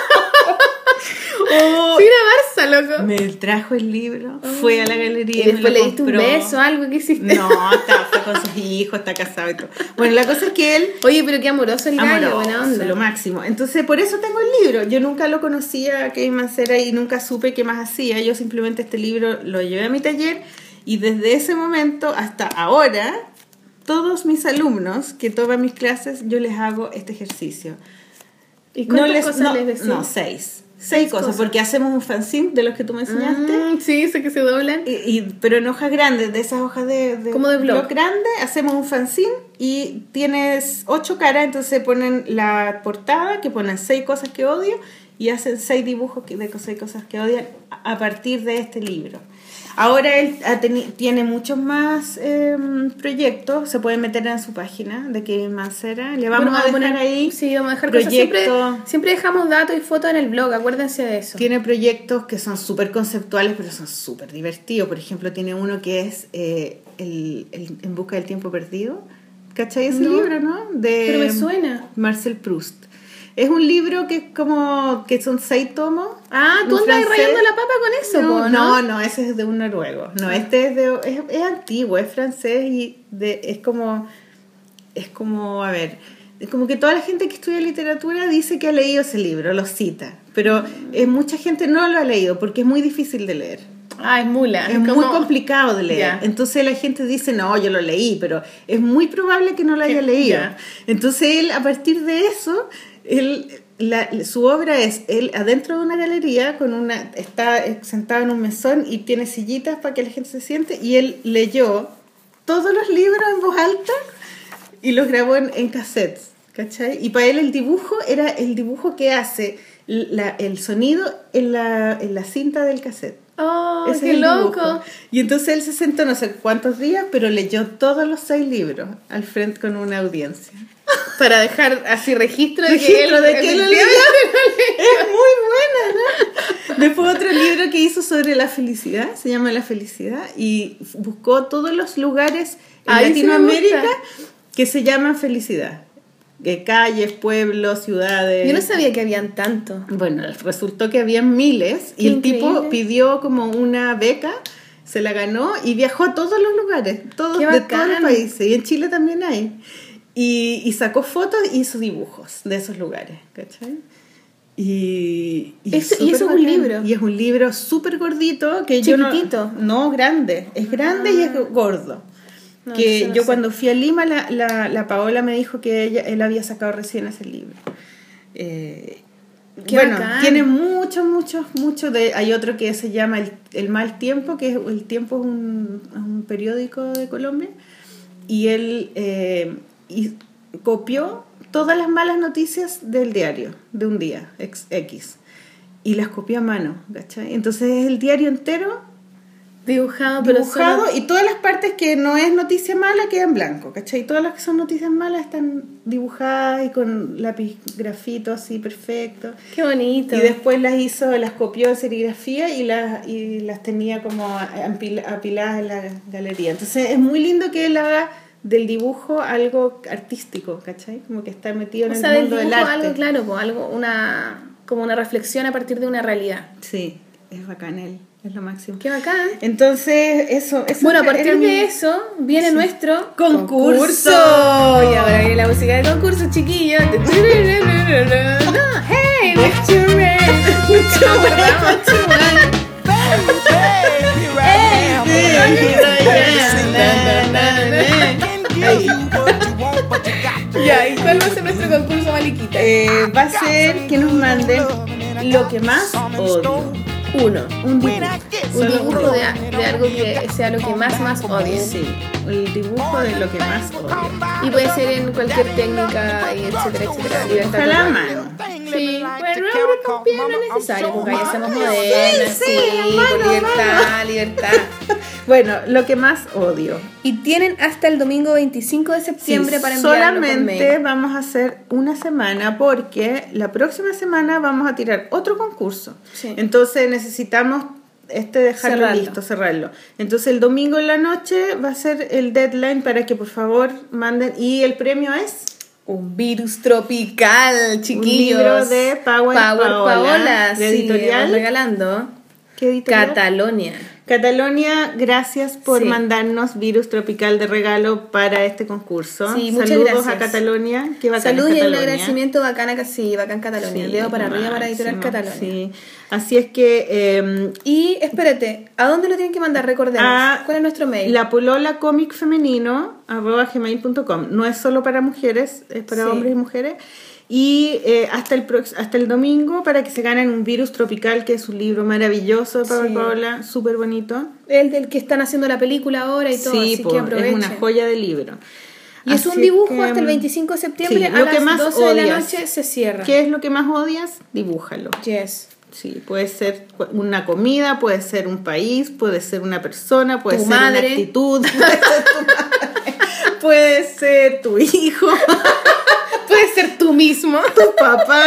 Oh, Fui a Barça, loco. me trajo el libro, fue a la galería Y me después lo le diste un compró. beso, algo que hiciste. No, está, fue con sus hijos, está casado y todo. Bueno, la cosa es que él... Oye, pero qué amoroso el gallo, Amoroso, buena onda. lo máximo. Entonces, por eso tengo el libro. Yo nunca lo conocía a Kevin Mancera y nunca supe qué más hacía. Yo simplemente este libro lo llevé a mi taller y desde ese momento hasta ahora, todos mis alumnos que toman mis clases, yo les hago este ejercicio. ¿Y cuántas les, cosas no, les decís? no, seis. Seis cosas, cosas, porque hacemos un fanzine de los que tú me enseñaste. Mm, sí, sé que se doblan. Y, y, pero en hojas grandes, de esas hojas de, de, como de blog. blog grande, hacemos un fanzine y tienes ocho caras, entonces ponen la portada, que ponen seis cosas que odio, y hacen seis dibujos de seis cosas que odian a partir de este libro. Ahora él teni- tiene muchos más eh, proyectos, se pueden meter en su página de Kevin Mancera. Le vamos bueno, a dejar poner, ahí. Sí, vamos a dejar cosas. Siempre, siempre dejamos datos y fotos en el blog, acuérdense de eso. Tiene proyectos que son súper conceptuales, pero son súper divertidos. Por ejemplo, tiene uno que es eh, el, el En busca del tiempo perdido. ¿Cachai ese no, libro, no? De pero me suena. Marcel Proust. Es un libro que es como que son seis tomos. Ah, tú andas rayando la papa con eso, no, ¿no? No, no, ese es de un noruego. No, este es de es, es antiguo, es francés y de, es como es como, a ver, es como que toda la gente que estudia literatura dice que ha leído ese libro, lo cita, pero eh, mucha gente no lo ha leído porque es muy difícil de leer. Ah, es mula. Es muy complicado de leer. Yeah. Entonces la gente dice, no, yo lo leí, pero es muy probable que no lo haya leído. Yeah. Entonces él, a partir de eso, él, la, su obra es él adentro de una galería, con una está sentado en un mesón y tiene sillitas para que la gente se siente, y él leyó todos los libros en voz alta y los grabó en, en cassettes, ¿cachai? Y para él el dibujo era el dibujo que hace la, el sonido en la, en la cinta del cassette. ¡Oh, ese qué loco! Y entonces él se sentó no sé cuántos días, pero leyó todos los seis libros al frente con una audiencia. Para dejar así registro de registro que él, de que él lo leyó. Es muy buena, ¿no? Después otro libro que hizo sobre la felicidad, se llama La felicidad, y buscó todos los lugares en Ay, Latinoamérica sí que se llaman felicidad. Que calles, pueblos, ciudades. Yo no sabía que habían tanto. Bueno, resultó que habían miles. Qué y el increíble. Tipo pidió como una beca, se la ganó y viajó a todos los lugares, todos, de todos los países. Y en Chile también hay. Y, y sacó fotos y hizo dibujos de esos lugares, ¿cachai? Y, y, es, y eso es un libro. Y es un libro súper gordito. Que Chiquitito. Yo no, no, grande. Es grande ah. y es gordo. No, que yo sé. Cuando fui a Lima, la, la, la Paola me dijo que ella, él había sacado recién ese libro. Eh, bueno, bacán. Tiene muchos, muchos, muchos. De, hay otro que se llama El, el Mal Tiempo, que es, El Tiempo es un, un periódico de Colombia. Y él eh, y copió todas las malas noticias del diario, de un día, X. Y las copió a mano, ¿cachai? Entonces es el diario entero dibujado, pero dibujado solo... y todas las partes que no es noticia mala quedan en blanco, ¿cachai? Y todas las que son noticias malas están dibujadas y con lápiz grafito así perfecto. Qué bonito. Y después las hizo, las copió de serigrafía y las, y las tenía como apiladas en la galería. Entonces es muy lindo que él haga del dibujo algo artístico, ¿cachai? Como que está metido en o el sea, mundo del, del arte. Algo, claro, pues, algo, una, como una reflexión a partir de una realidad. Sí, es bacán él. Es lo máximo. Qué bacán. Entonces, eso... eso bueno, a partir de mi... eso viene sí. nuestro concurso. concurso. Y ahora viene la música de concurso, chiquillos. Hey, what you ready? Ya, ¿y cuál va a ser nuestro concurso, Maliquita? Eh, va a ser que nos manden lo que más odio. Uno, un dibujo, un dibujo de, de algo que sea lo que más más odies. Sí, el dibujo de lo que más odio. Y puede ser en cualquier técnica, y etcétera, etcétera. Libertad a la mano. Sí, bueno, no, no es necesario, porque ahí hacemos modernas, sí, sí, sí mano, por libertad, mano. libertad. Bueno, lo que más odio. Y tienen hasta el domingo veinticinco de septiembre sí, para enviarlo solamente por vamos a hacer una semana, porque la próxima semana vamos a tirar otro concurso. Sí. Entonces necesitamos este dejarlo cerrarlo. listo, cerrarlo. Entonces el domingo en la noche va a ser el deadline para que por favor manden. Y el premio es un virus tropical, chiquillos. Un libro de Power, Power Paola, Paola de editorial. Sí, regalando. ¿Qué editorial? Catalonia. Catalonia, gracias por sí. mandarnos Virus Tropical de regalo para este concurso. Sí, muchas Saludos gracias. a Catalonia. Qué bacán Saludos es y un agradecimiento bacana, sí, bacán Catalonia. Sí, Dedo para arriba para editorial Catalonia. Sí. Así es que... Eh, y espérate, ¿a dónde lo tienen que mandar? Recordemos. ¿Cuál es nuestro mail? La polola cómic femenino arroba gmail punto com. No es solo para mujeres, es para sí. hombres y mujeres. Y eh, hasta, el prox- hasta el domingo para que se ganen un Virus Tropical, que es un libro maravilloso de Pablo Sí. Paola, súper bonito. El del que están haciendo la película ahora y todo, Sí, así po, que es aprovechen. una joya de libro. Y es un Así dibujo que, hasta el veinticinco de septiembre, sí, a lo las que más doce de la odias. noche se cierra. ¿Qué es lo que más odias? Dibújalo. Yes. Sí, puede ser una comida, puede ser un país, puede ser una persona, puede Tu ser madre. una actitud, puede ser tu madre, puede ser tu hijo, Puede ser tú mismo. tu papá,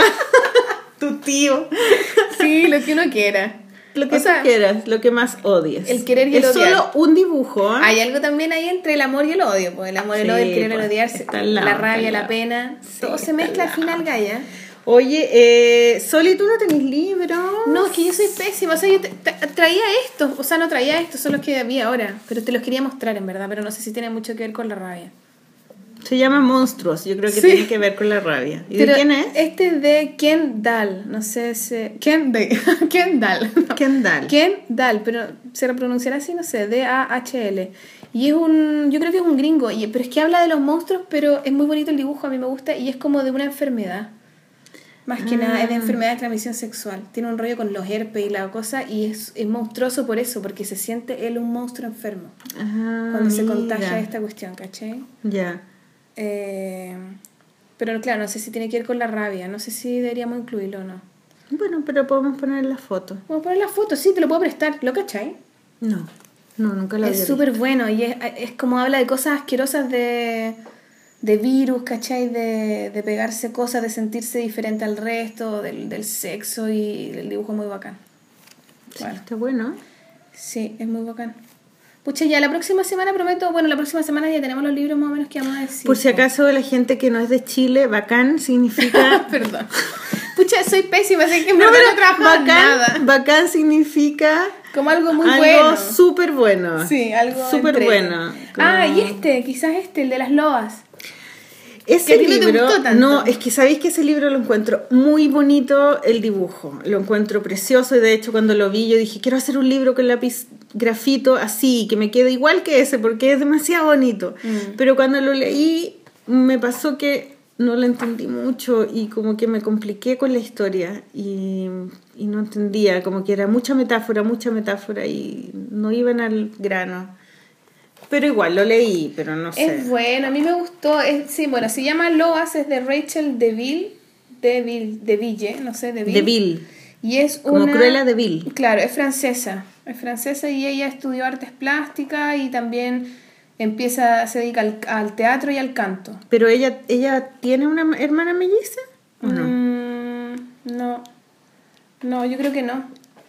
tu tío, Sí, lo que uno quiera. lo que O sea, tú quieras, lo que más odies. el querer y el es odiar. solo un dibujo, ¿eh? Hay algo también ahí entre el amor y el odio, pues el amor, el Sí, odio, el querer, pues, el odiar, está al lado, la está rabia, al la lado. pena, Sí, todo se está mezcla al al final, lado. Gaia. Oye, eh, Soli, ¿tú no tenés libros? No, es que yo soy pésima, o sea, yo te- te- traía esto, o sea, no traía estos, son los que había ahora, pero te los quería mostrar en verdad, pero no sé si tiene mucho que ver con la rabia. Se llama Monstruos, yo creo que Sí. tiene que ver con la rabia. ¿Y Pero de quién es? Este es de Ken Dahl, no sé si... Ken, de, Ken Dahl. no. Kendall. Ken Dahl, pero se pronunciará así, no sé, D A H L. Y es un, yo creo que es un gringo, y, pero es que habla de los monstruos, pero es muy bonito el dibujo, a mí me gusta, y es como de una enfermedad. Más que Ah. nada, es de enfermedad de transmisión sexual. Tiene un rollo con los herpes y la cosa, y es, es monstruoso por eso, porque se siente él un monstruo enfermo. Ah, Cuando se mira. contagia de esta cuestión, ¿cachai? Ya. Eh, pero claro, no sé si tiene que ver con la rabia, no sé si deberíamos incluirlo o no. Bueno, pero podemos poner la foto. Vamos a poner la foto, sí, te lo puedo prestar, ¿lo cachai? No, no, nunca la había Es súper bueno y es, es como habla de cosas asquerosas de, de virus, ¿cachai? De, de pegarse cosas, de sentirse diferente al resto, del, del sexo, y el dibujo es muy bacán. visto. Bueno, Sí, está bueno. sí, es muy bacán. Pucha, ya la próxima semana prometo, bueno, la próxima semana ya tenemos los libros más o menos que vamos a decir. Por si acaso la gente que no es de Chile, bacán significa... Perdón. Pucha, soy pésima, así que en No, verdad pero no trabajo en nada. bacán, bacán significa Como algo muy algo bueno. súper bueno. Sí, algo súper entre- bueno. Ah, Como- y este, quizás este, el de las lobas. Ese que a ti no te libro, gustó tanto. no, es que sabéis que ese libro lo encuentro muy bonito, el dibujo, lo encuentro precioso, y de hecho cuando lo vi yo dije, quiero hacer un libro con lápiz grafito así, que me quede igual que ese, porque es demasiado bonito. Mm. Pero cuando lo leí, me pasó que no lo entendí mucho y como que me compliqué con la historia y, y no entendía, como que era mucha metáfora, mucha metáfora y no iban al grano. Pero igual lo leí, pero no sé. Es bueno, a mí me gustó. Es, sí, bueno, se llama Loas, es de Rachel DeVille, DeVille, DeVille, no sé, DeVille. DeVille. Y es Como una... Cruella de Vil. Claro, es francesa. Es francesa y ella estudió artes plásticas y también empieza, se dedica al, al teatro y al canto. Pero ella, ella tiene una hermana melliza, ¿o no? Mm, no. No, yo creo que no.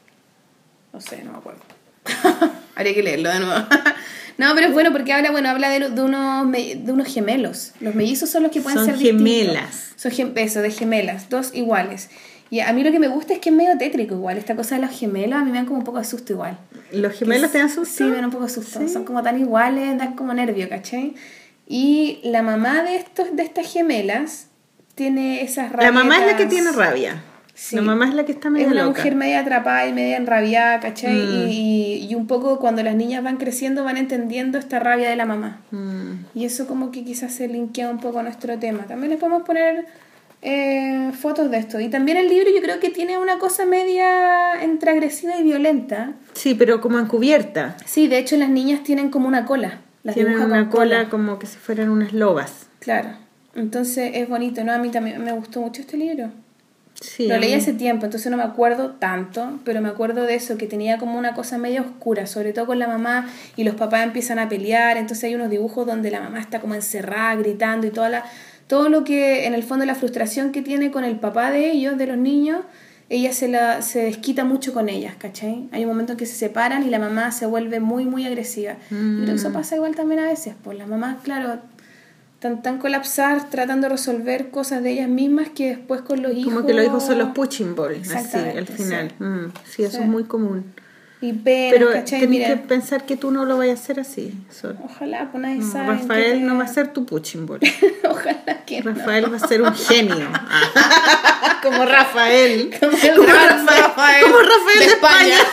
No sé, no me acuerdo. Habría que leerlo de nuevo. No, pero es bueno porque habla, bueno, habla de, de, unos, me- de unos gemelos. Los mellizos son los que pueden Son ser distintos. gemelas. Son gem- eso, de gemelas, dos iguales. Y a mí lo que me gusta es que es medio tétrico igual. Esta cosa de los gemelos a mí me dan como un poco de susto igual. ¿Los gemelos Que te es- dan susto? Sí, me dan un poco de susto. ¿Sí? Son como tan iguales, dan como nervio, ¿cachai? Y la mamá de, estos, de estas gemelas tiene esas rabias. La mamá es la que tiene rabia. Sí. La mamá es la que está Es medio una loca. mujer media atrapada y media enrabiada, ¿cachai? Mm. Y, y, y un poco cuando las niñas van creciendo van entendiendo esta rabia de la mamá. Mm. Y eso como que quizás se linkea un poco a nuestro tema. También les podemos poner eh, fotos de esto. Y también el libro yo creo que tiene una cosa media entre agresiva y violenta. Sí, pero como encubierta. Sí, de hecho las niñas tienen como una cola. Las Tienen dibuja una con cola como que si fueran unas lobas. Claro. Entonces es bonito, ¿no? A mí también me gustó mucho este libro. Sí, Lo a leí mí- hace tiempo, entonces no me acuerdo tanto, pero me acuerdo de eso, que tenía como una cosa medio oscura, sobre todo con la mamá y los papás empiezan a pelear, entonces hay unos dibujos donde la mamá está como encerrada, gritando y toda la, todo lo que en el fondo la frustración que tiene con el papá de ellos, de los niños, ella se, la, se desquita mucho con ellas, ¿cachai? Hay un momento en que se separan y la mamá se vuelve muy, muy agresiva. Mm. Y creo que eso pasa igual también a veces, pues las mamás, claro, tan tan colapsar tratando de resolver cosas de ellas mismas que después con los hijos Como que los hijos son los punching balls, así, Exactamente, al final. sí. Mm, sí, eso Sí. es muy común. y penas, Pero ¿cachai? tenés Mira, que pensar que tú no lo vayas a hacer así. Sol. ojalá, pues nadie No, sabe en qué Rafael te- no va a ser tu punching ball. ojalá que no. Rafael va a ser un genio. Ah. Como Rafael. Como el Como gran Rafael, Rafael como Rafael de, de España. España.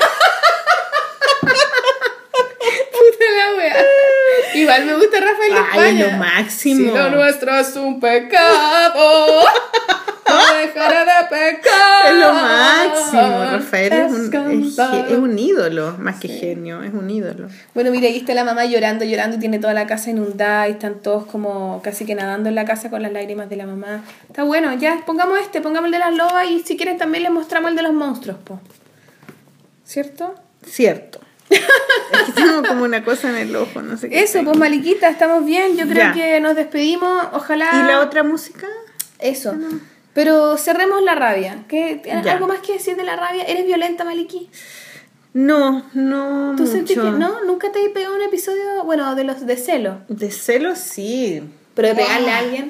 Puta la wea. Igual me gusta Rafael de Ay, España. lo máximo. Si lo nuestro es un pecado. no dejaré de pecar. Es lo máximo. Rafael es un, es, cantar. es un ídolo, más que Sí. genio, es un ídolo. Bueno, mira, aquí está la mamá llorando, llorando y tiene toda la casa inundada y están todos como casi que nadando en la casa con las lágrimas de la mamá. Está bueno, ya pongamos este, pongamos el de las lobas y si quieren también les mostramos el de los monstruos, po. ¿Cierto? Cierto. Es que tengo como una cosa en el ojo, no sé qué. Eso, tengo. pues Maliquita, estamos bien. Yo creo Ya. que nos despedimos. Ojalá. ¿Y la otra música? Eso. Pero cerremos la rabia. ¿Qué, Ya. ¿Algo más que decir de la rabia? ¿Eres violenta, Maliki? No, no ¿Tú mucho. sentís que no? ¿Nunca te he pegado un episodio, bueno, de los de celo? De celos sí. ¿Pero de pegarle a alguien?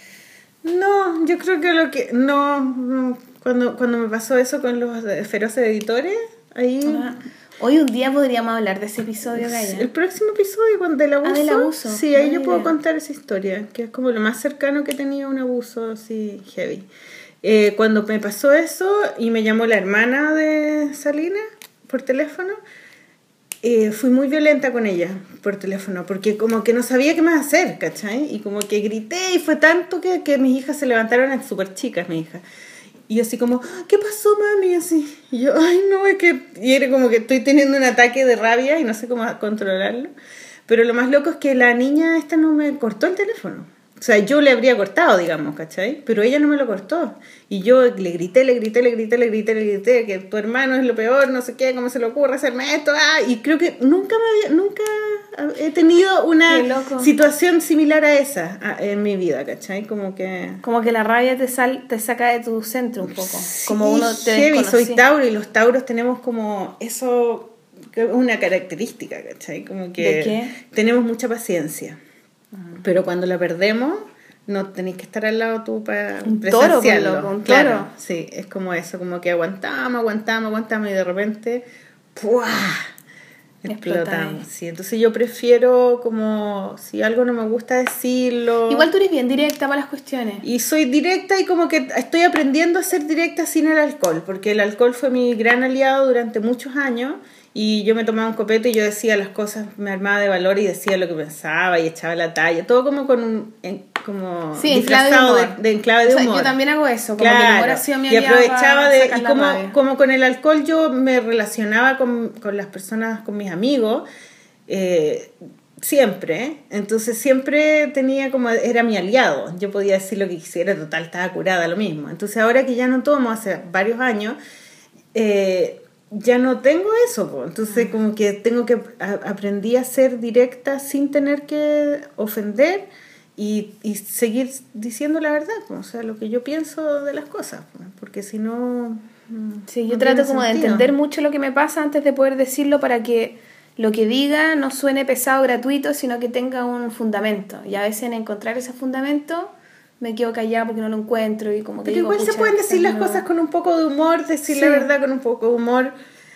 No, yo creo que lo que... No, no, cuando, cuando me pasó eso con los de- feroces editores, ahí... Ah, hoy un día podríamos hablar de ese episodio, Gaya. El próximo episodio cuando del abuso, Ah, del abuso. sí, ahí Buena yo puedo idea. contar esa historia, que es como lo más cercano que tenía a un abuso así heavy. Eh, cuando me pasó eso y me llamó la hermana de Salina por teléfono, eh, fui muy violenta con ella por teléfono, porque como que no sabía qué más hacer, ¿cachai? Y como que grité y fue tanto que, que mis hijas se levantaron, eran súper chicas mis hijas. Y yo así como, ¿qué pasó, mami? Y así. Y yo, ay, no, es que... Y era como que estoy teniendo un ataque de rabia y no sé cómo controlarlo. Pero lo más loco es que la niña esta no me cortó el teléfono. O sea, yo le habría cortado, digamos, ¿cachai? Pero ella no me lo cortó. Y yo le grité, le grité, le grité, le grité, le grité, que tu hermano es lo peor, no sé qué, cómo se le ocurre hacerme esto. Ah, y creo que nunca me había, nunca he tenido Qué una loco. situación similar a esa a- en mi vida, ¿cachai? Como que... Como que la rabia te sal, te saca de tu centro un poco. Como Sí, uno te heavy, soy desconocía. Tauro y los Tauros tenemos como eso, que es una característica, ¿cachai? Como que ¿De qué? tenemos mucha paciencia, pero cuando la perdemos no tenéis que estar al lado tú para Un toro, por presenciarlo. loco, un Claro, toro. sí, es como eso, como que aguantamos, aguantamos, aguantamos y de repente ¡pua! Explotamos. Explotáis. Sí, entonces yo prefiero como si algo no me gusta decirlo. Igual tú eres bien directa para las cuestiones. Y soy directa y como que estoy aprendiendo a ser directa sin el alcohol, porque el alcohol fue mi gran aliado durante muchos años y yo me tomaba un copete y yo decía las cosas, me armaba de valor y decía lo que pensaba y echaba la talla, todo como con un en- como Sí, en clave de disfrazado humor. de, de en clave de O sea, humor. yo también hago eso, como que el humor ha sido mi y aliado aprovechaba para de sacar y la como rabia. como con el alcohol yo me relacionaba con, con las personas, con mis amigos, eh, siempre, ¿eh? Entonces siempre tenía como, era mi aliado, yo podía decir lo que quisiera, total, estaba curada, lo mismo. Entonces ahora que ya no tomo, hace varios años, eh, ya no tengo eso, po. Entonces como que tengo que, a- aprendí a ser directa sin tener que ofender y, y seguir diciendo la verdad, po. O sea, lo que yo pienso de las cosas, po. Porque si no... mm, Sí, yo no trato tiene como de sentido. entender mucho lo que me pasa antes de poder decirlo para que lo que diga no suene pesado, gratuito, sino que tenga un fundamento. Y a veces en encontrar ese fundamento me quedo callada porque no lo encuentro y como que Pero digo, igual se "Pucha, pueden decir las no". cosas con un poco de humor, decir Sí. la verdad con un poco de humor.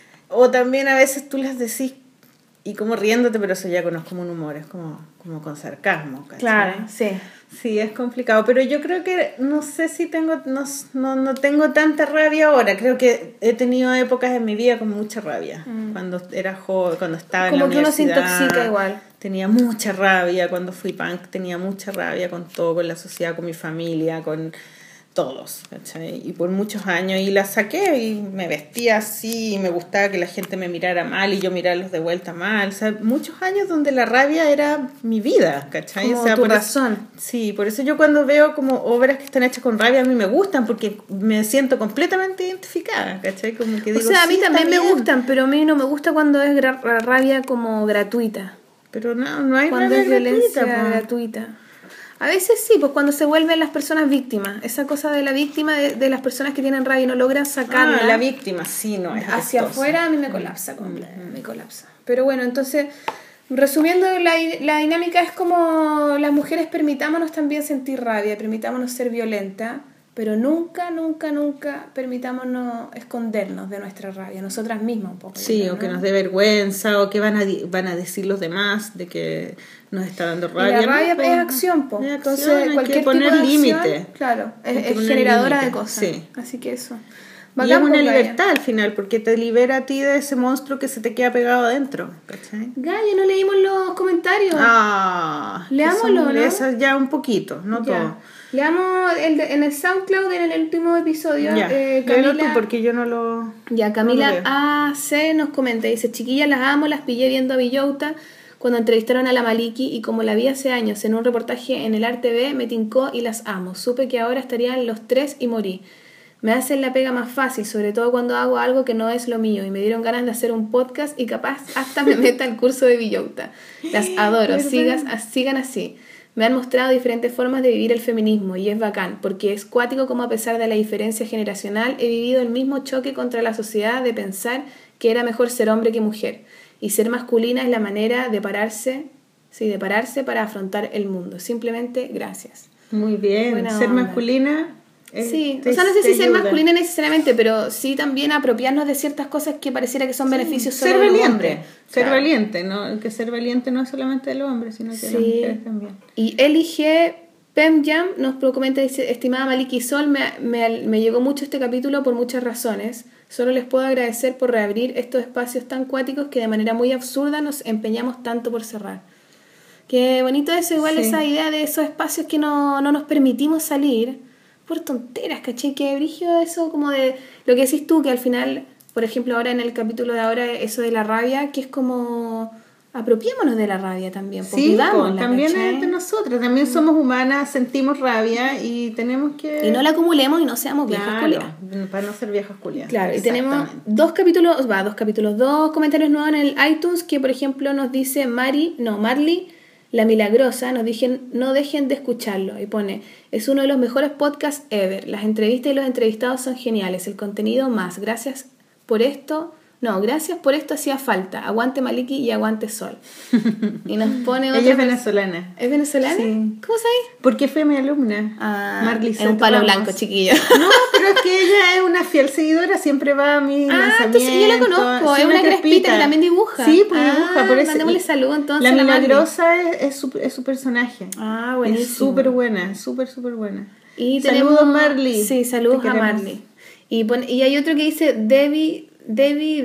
O también a veces tú las decís y como riéndote, pero eso ya conozco como un humor, es como, como con sarcasmo, ¿cachai? Claro, sí. Sí, es complicado, pero yo creo que no sé si tengo, no, no, no tengo tanta rabia ahora. Creo que he tenido épocas en mi vida con mucha rabia. Cuando era joven, cuando estaba Como en la que uno se universidad. intoxica igual. Tenía mucha rabia cuando fui punk, tenía mucha rabia con todo, con la sociedad, con mi familia, con todos, ¿cachai? Y por muchos años, y la saqué y me vestía así, y me gustaba que la gente me mirara mal y yo mirarlos de vuelta mal, o sea, muchos años donde la rabia era mi vida, ¿cachai? Como o sea, tu por eso- razón. sí, por eso yo cuando veo como obras que están hechas con rabia a mí me gustan, porque me siento completamente identificada, ¿cachai? Como que O digo, sea, a mí sí, está también me bien, gustan, pero a mí no me gusta cuando es gra- rabia como gratuita. pero no, no hay Cuando rabia es violencia gratuita, po. gratuita. A veces sí, pues cuando se vuelven las personas víctimas. Esa cosa de la víctima, de, de las personas que tienen rabia y no logran sacarla Ah, la víctima, sí, no, es hacia apestosa. afuera, a mí me colapsa, comple- me colapsa. Pero bueno, entonces, resumiendo, la, la dinámica es como las mujeres permitámonos también sentir rabia, permitámonos ser violentas, pero nunca, nunca, nunca permitámonos escondernos de nuestra rabia, nosotras mismas un poco. yo Sí, creo, o que ¿no? nos dé vergüenza, o que van a, di- van a decir los demás de que nos está dando Y rabia. la rabia ¿no? es acción, po. Es Entonces, acción, hay que cualquier poner tipo de acción, límite. claro, es, Hay que es poner generadora límite, de cosas. sí. Así que eso. Y es Bacán, una pues, Gaia. libertad al final, porque te libera a ti de ese monstruo que se te queda pegado adentro, ¿cachai? Gaya, no leímos los comentarios. Ah, leámoslo, ¿no? Esas ya un poquito, no Ya. todo. Leamos el de- en el SoundCloud, en el último episodio. Ya, eh, léelo Camila, tú porque yo no lo... ya, no Camila lo veo. A C nos comenta, dice, chiquillas, las amo, las pillé viendo a Villota cuando entrevistaron a la Maliki y como la vi hace años en un reportaje en el A R T V, me tincó y las amo. Supe que ahora estarían los tres y morí. Me hacen la pega más fácil, sobre todo cuando hago algo que no es lo mío y me dieron ganas de hacer un podcast y capaz hasta me meta al curso de Villota. Las adoro, ¿verdad? sigas, sigan así. Me han mostrado diferentes formas de vivir el feminismo y es bacán, porque es cuático como a pesar de la diferencia generacional he vivido el mismo choque contra la sociedad de pensar que era mejor ser hombre que mujer. Y ser masculina es la manera de pararse, sí, de pararse para afrontar el mundo. Simplemente gracias. Muy bien, Buena ser onda. masculina... eh, Sí, te- o sea, no sé te si ser ayuda. masculina necesariamente, pero sí también apropiarnos de ciertas cosas que pareciera que son beneficios solo Ser del valiente, hombre. ser Claro. valiente, ¿no? Que ser valiente no es solamente del hombre, sino que de las Sí. mujeres también. Y Eli G. Pemjam nos comenta, dice, estimada Maliki Sol, me, me, me llegó mucho este capítulo por muchas razones. Solo les puedo agradecer por reabrir estos espacios tan cuáticos que de manera muy absurda nos empeñamos tanto por cerrar. Qué bonito eso, igual Sí. esa idea de esos espacios que no, no nos permitimos salir por tonteras, ¿cachai? Que brillo eso como de lo que decís tú, que al final, por ejemplo, ahora en el capítulo de ahora, eso de la rabia, que es como apropiémonos de la rabia también, pues, Sí, vivámosla, po, también ¿cachai? es de nosotras, también somos humanas, sentimos rabia y tenemos que... Y no la acumulemos y no seamos viejas Claro, culiadas. para no ser viejas culiadas. Claro, y tenemos Exactamente. dos capítulos, va, dos capítulos, dos comentarios nuevos en el iTunes que, por ejemplo, nos dice Mari, no, Marley, la milagrosa, nos dicen, no dejen de escucharlo. Y pone, es uno de los mejores podcasts ever. Las entrevistas y los entrevistados son geniales. El contenido más. Gracias por esto. No, gracias por esto hacía falta. Aguante Maliki y aguante Sol. Y nos pone otra Ella es pers- venezolana. ¿Es venezolana? Sí. ¿Cómo sabes? Porque fue mi alumna. Ah, Marley es un Soto palo Ramos. blanco, chiquillo. No, pero es que ella es una fiel seguidora, siempre va a mi Ah, lanzamiento. entonces yo la conozco, Sí, es una crespita que también dibuja. Sí, pues Ah, dibuja, por eso. mandémosle saludo entonces La a la Marley. milagrosa es, es, su, es su personaje. Ah, Es buenísimo. súper buena, súper, súper buena. Y Saludos, tenemos, Marley. Sí, saludos Te a queremos. Marley. Y, pon- y hay otro que dice Debbie, Debbie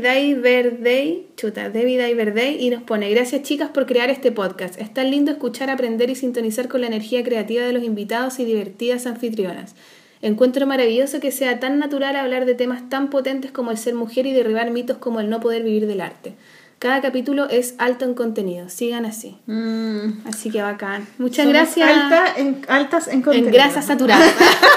Day chuta, Debbie Day y nos pone, gracias chicas por crear este podcast. Es tan lindo escuchar, aprender y sintonizar con la energía creativa de los invitados y divertidas anfitrionas. Encuentro maravilloso que sea tan natural hablar de temas tan potentes como el ser mujer y derribar mitos como el no poder vivir del arte. Cada capítulo es alto en contenido. Sigan así. Mm. Así que bacán. Muchas Somos gracias. alta en, altas en contenido. En grasas saturadas.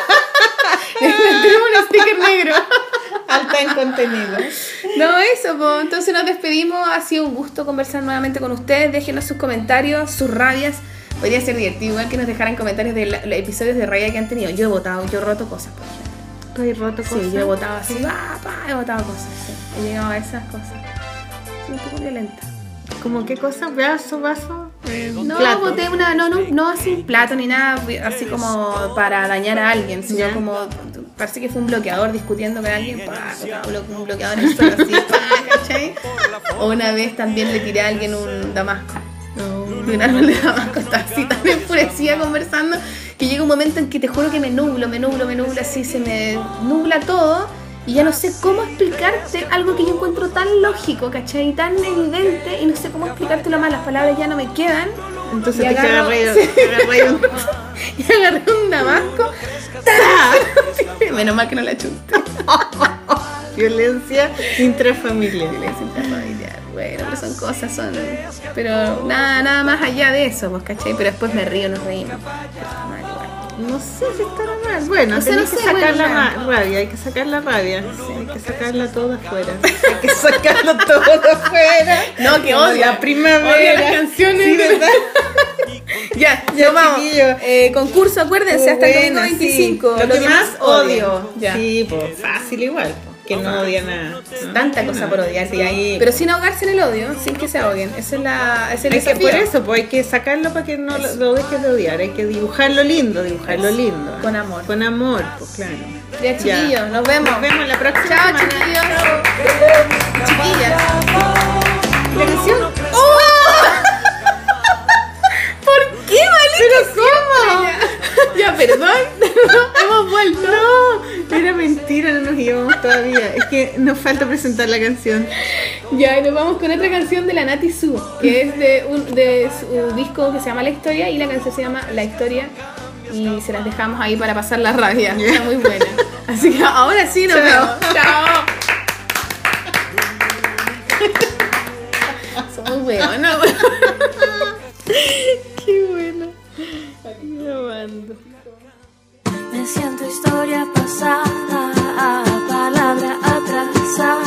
Tenemos un sticker negro. Alta en contenido. No, eso, pues. Entonces nos despedimos. Ha sido un gusto conversar nuevamente con ustedes. Déjenos sus comentarios, sus rabias. Podría ser divertido igual que nos dejaran comentarios de la- los episodios de rabia que han tenido. Yo he votado, yo he roto cosas, por ejemplo. ¿Tú has roto cosas? Sí, yo he votado así, pa, pa, he votado cosas. Sí. He llegado a esas cosas. Soy un poco violenta. ¿Cómo qué cosa? ¿Vaso, vaso? Eh, No, plato. boté una, no, no, no así un plato ni nada así como para dañar a alguien, sino Ya. como, parece que fue un bloqueador discutiendo con alguien, pa, tocaba un bloqueador en el suelo así, pa, ¿cachai? O una vez también le tiré a alguien un damasco, de un árbol de damasco, estaba así tan enfurecida conversando, que llega un momento en que te juro que me nublo, me nublo, me nublo, así se me nubla todo. Y ya no sé cómo explicarte algo que yo encuentro tan lógico, ¿cachai? Tan evidente, y no sé cómo explicártelo más, las palabras ya no me quedan. Entonces Y te agarro- agarré, sí. te agarré un... Y agarré un damasco. ¡Tarán! Menos mal que no la chunté. Violencia intrafamiliar. Violencia intrafamiliar. Bueno, pero son cosas, son... Pero nada, nada más allá de eso, pues, ¿cachai? Pero después me río, nos reímos. Está mal igual. No sé si estará mal. Bueno, O sea, tenés no que sé, sacar bueno, la nada. ra- rabia, hay que sacar la rabia. Sí, hay que sacarla toda afuera. Hay que sacarlo todo afuera. No, que Como odia. la primavera. Odia las canciones. Sí, ¿verdad? Ya, Ya, ya vamos. chiquillos. Eh, concurso, acuérdense, hasta el domingo Buena, sí. veinticinco. Lo, que más odio. Ya. Sí, pues fácil igual. po, Que no odia nada. Tanta cosa por odiar, Sí. sí. Pero sin ahogarse en el odio, sin que se ahoguen. Esa es la, ese es el Hay que, desafío. por eso, pues hay que sacarlo para que no lo, lo dejes de odiar. Hay que dibujarlo lindo, dibujarlo lindo. Con amor. Con amor, pues claro. Ya, chiquillos, nos vemos. Nos vemos la próxima Chao, semana. chiquillos. Chiquillas. La canción. ¡Oh! ¿Por qué, Malika? ¿Pero cómo? Ya, perdón. Hemos vuelto. No, era mentira, no nos íbamos todavía. Es que nos falta presentar la canción. Ya, y nos vamos con otra canción de la Nati Su, que es de un de su disco que se llama La Historia, y la canción se llama La Historia, y se las dejamos ahí para pasar la rabia. Está muy buena. Así que ahora sí nos vemos. Chao. Somos buenos. Qué bueno. Grabando. Me siento historia pasada, palabra atrasada.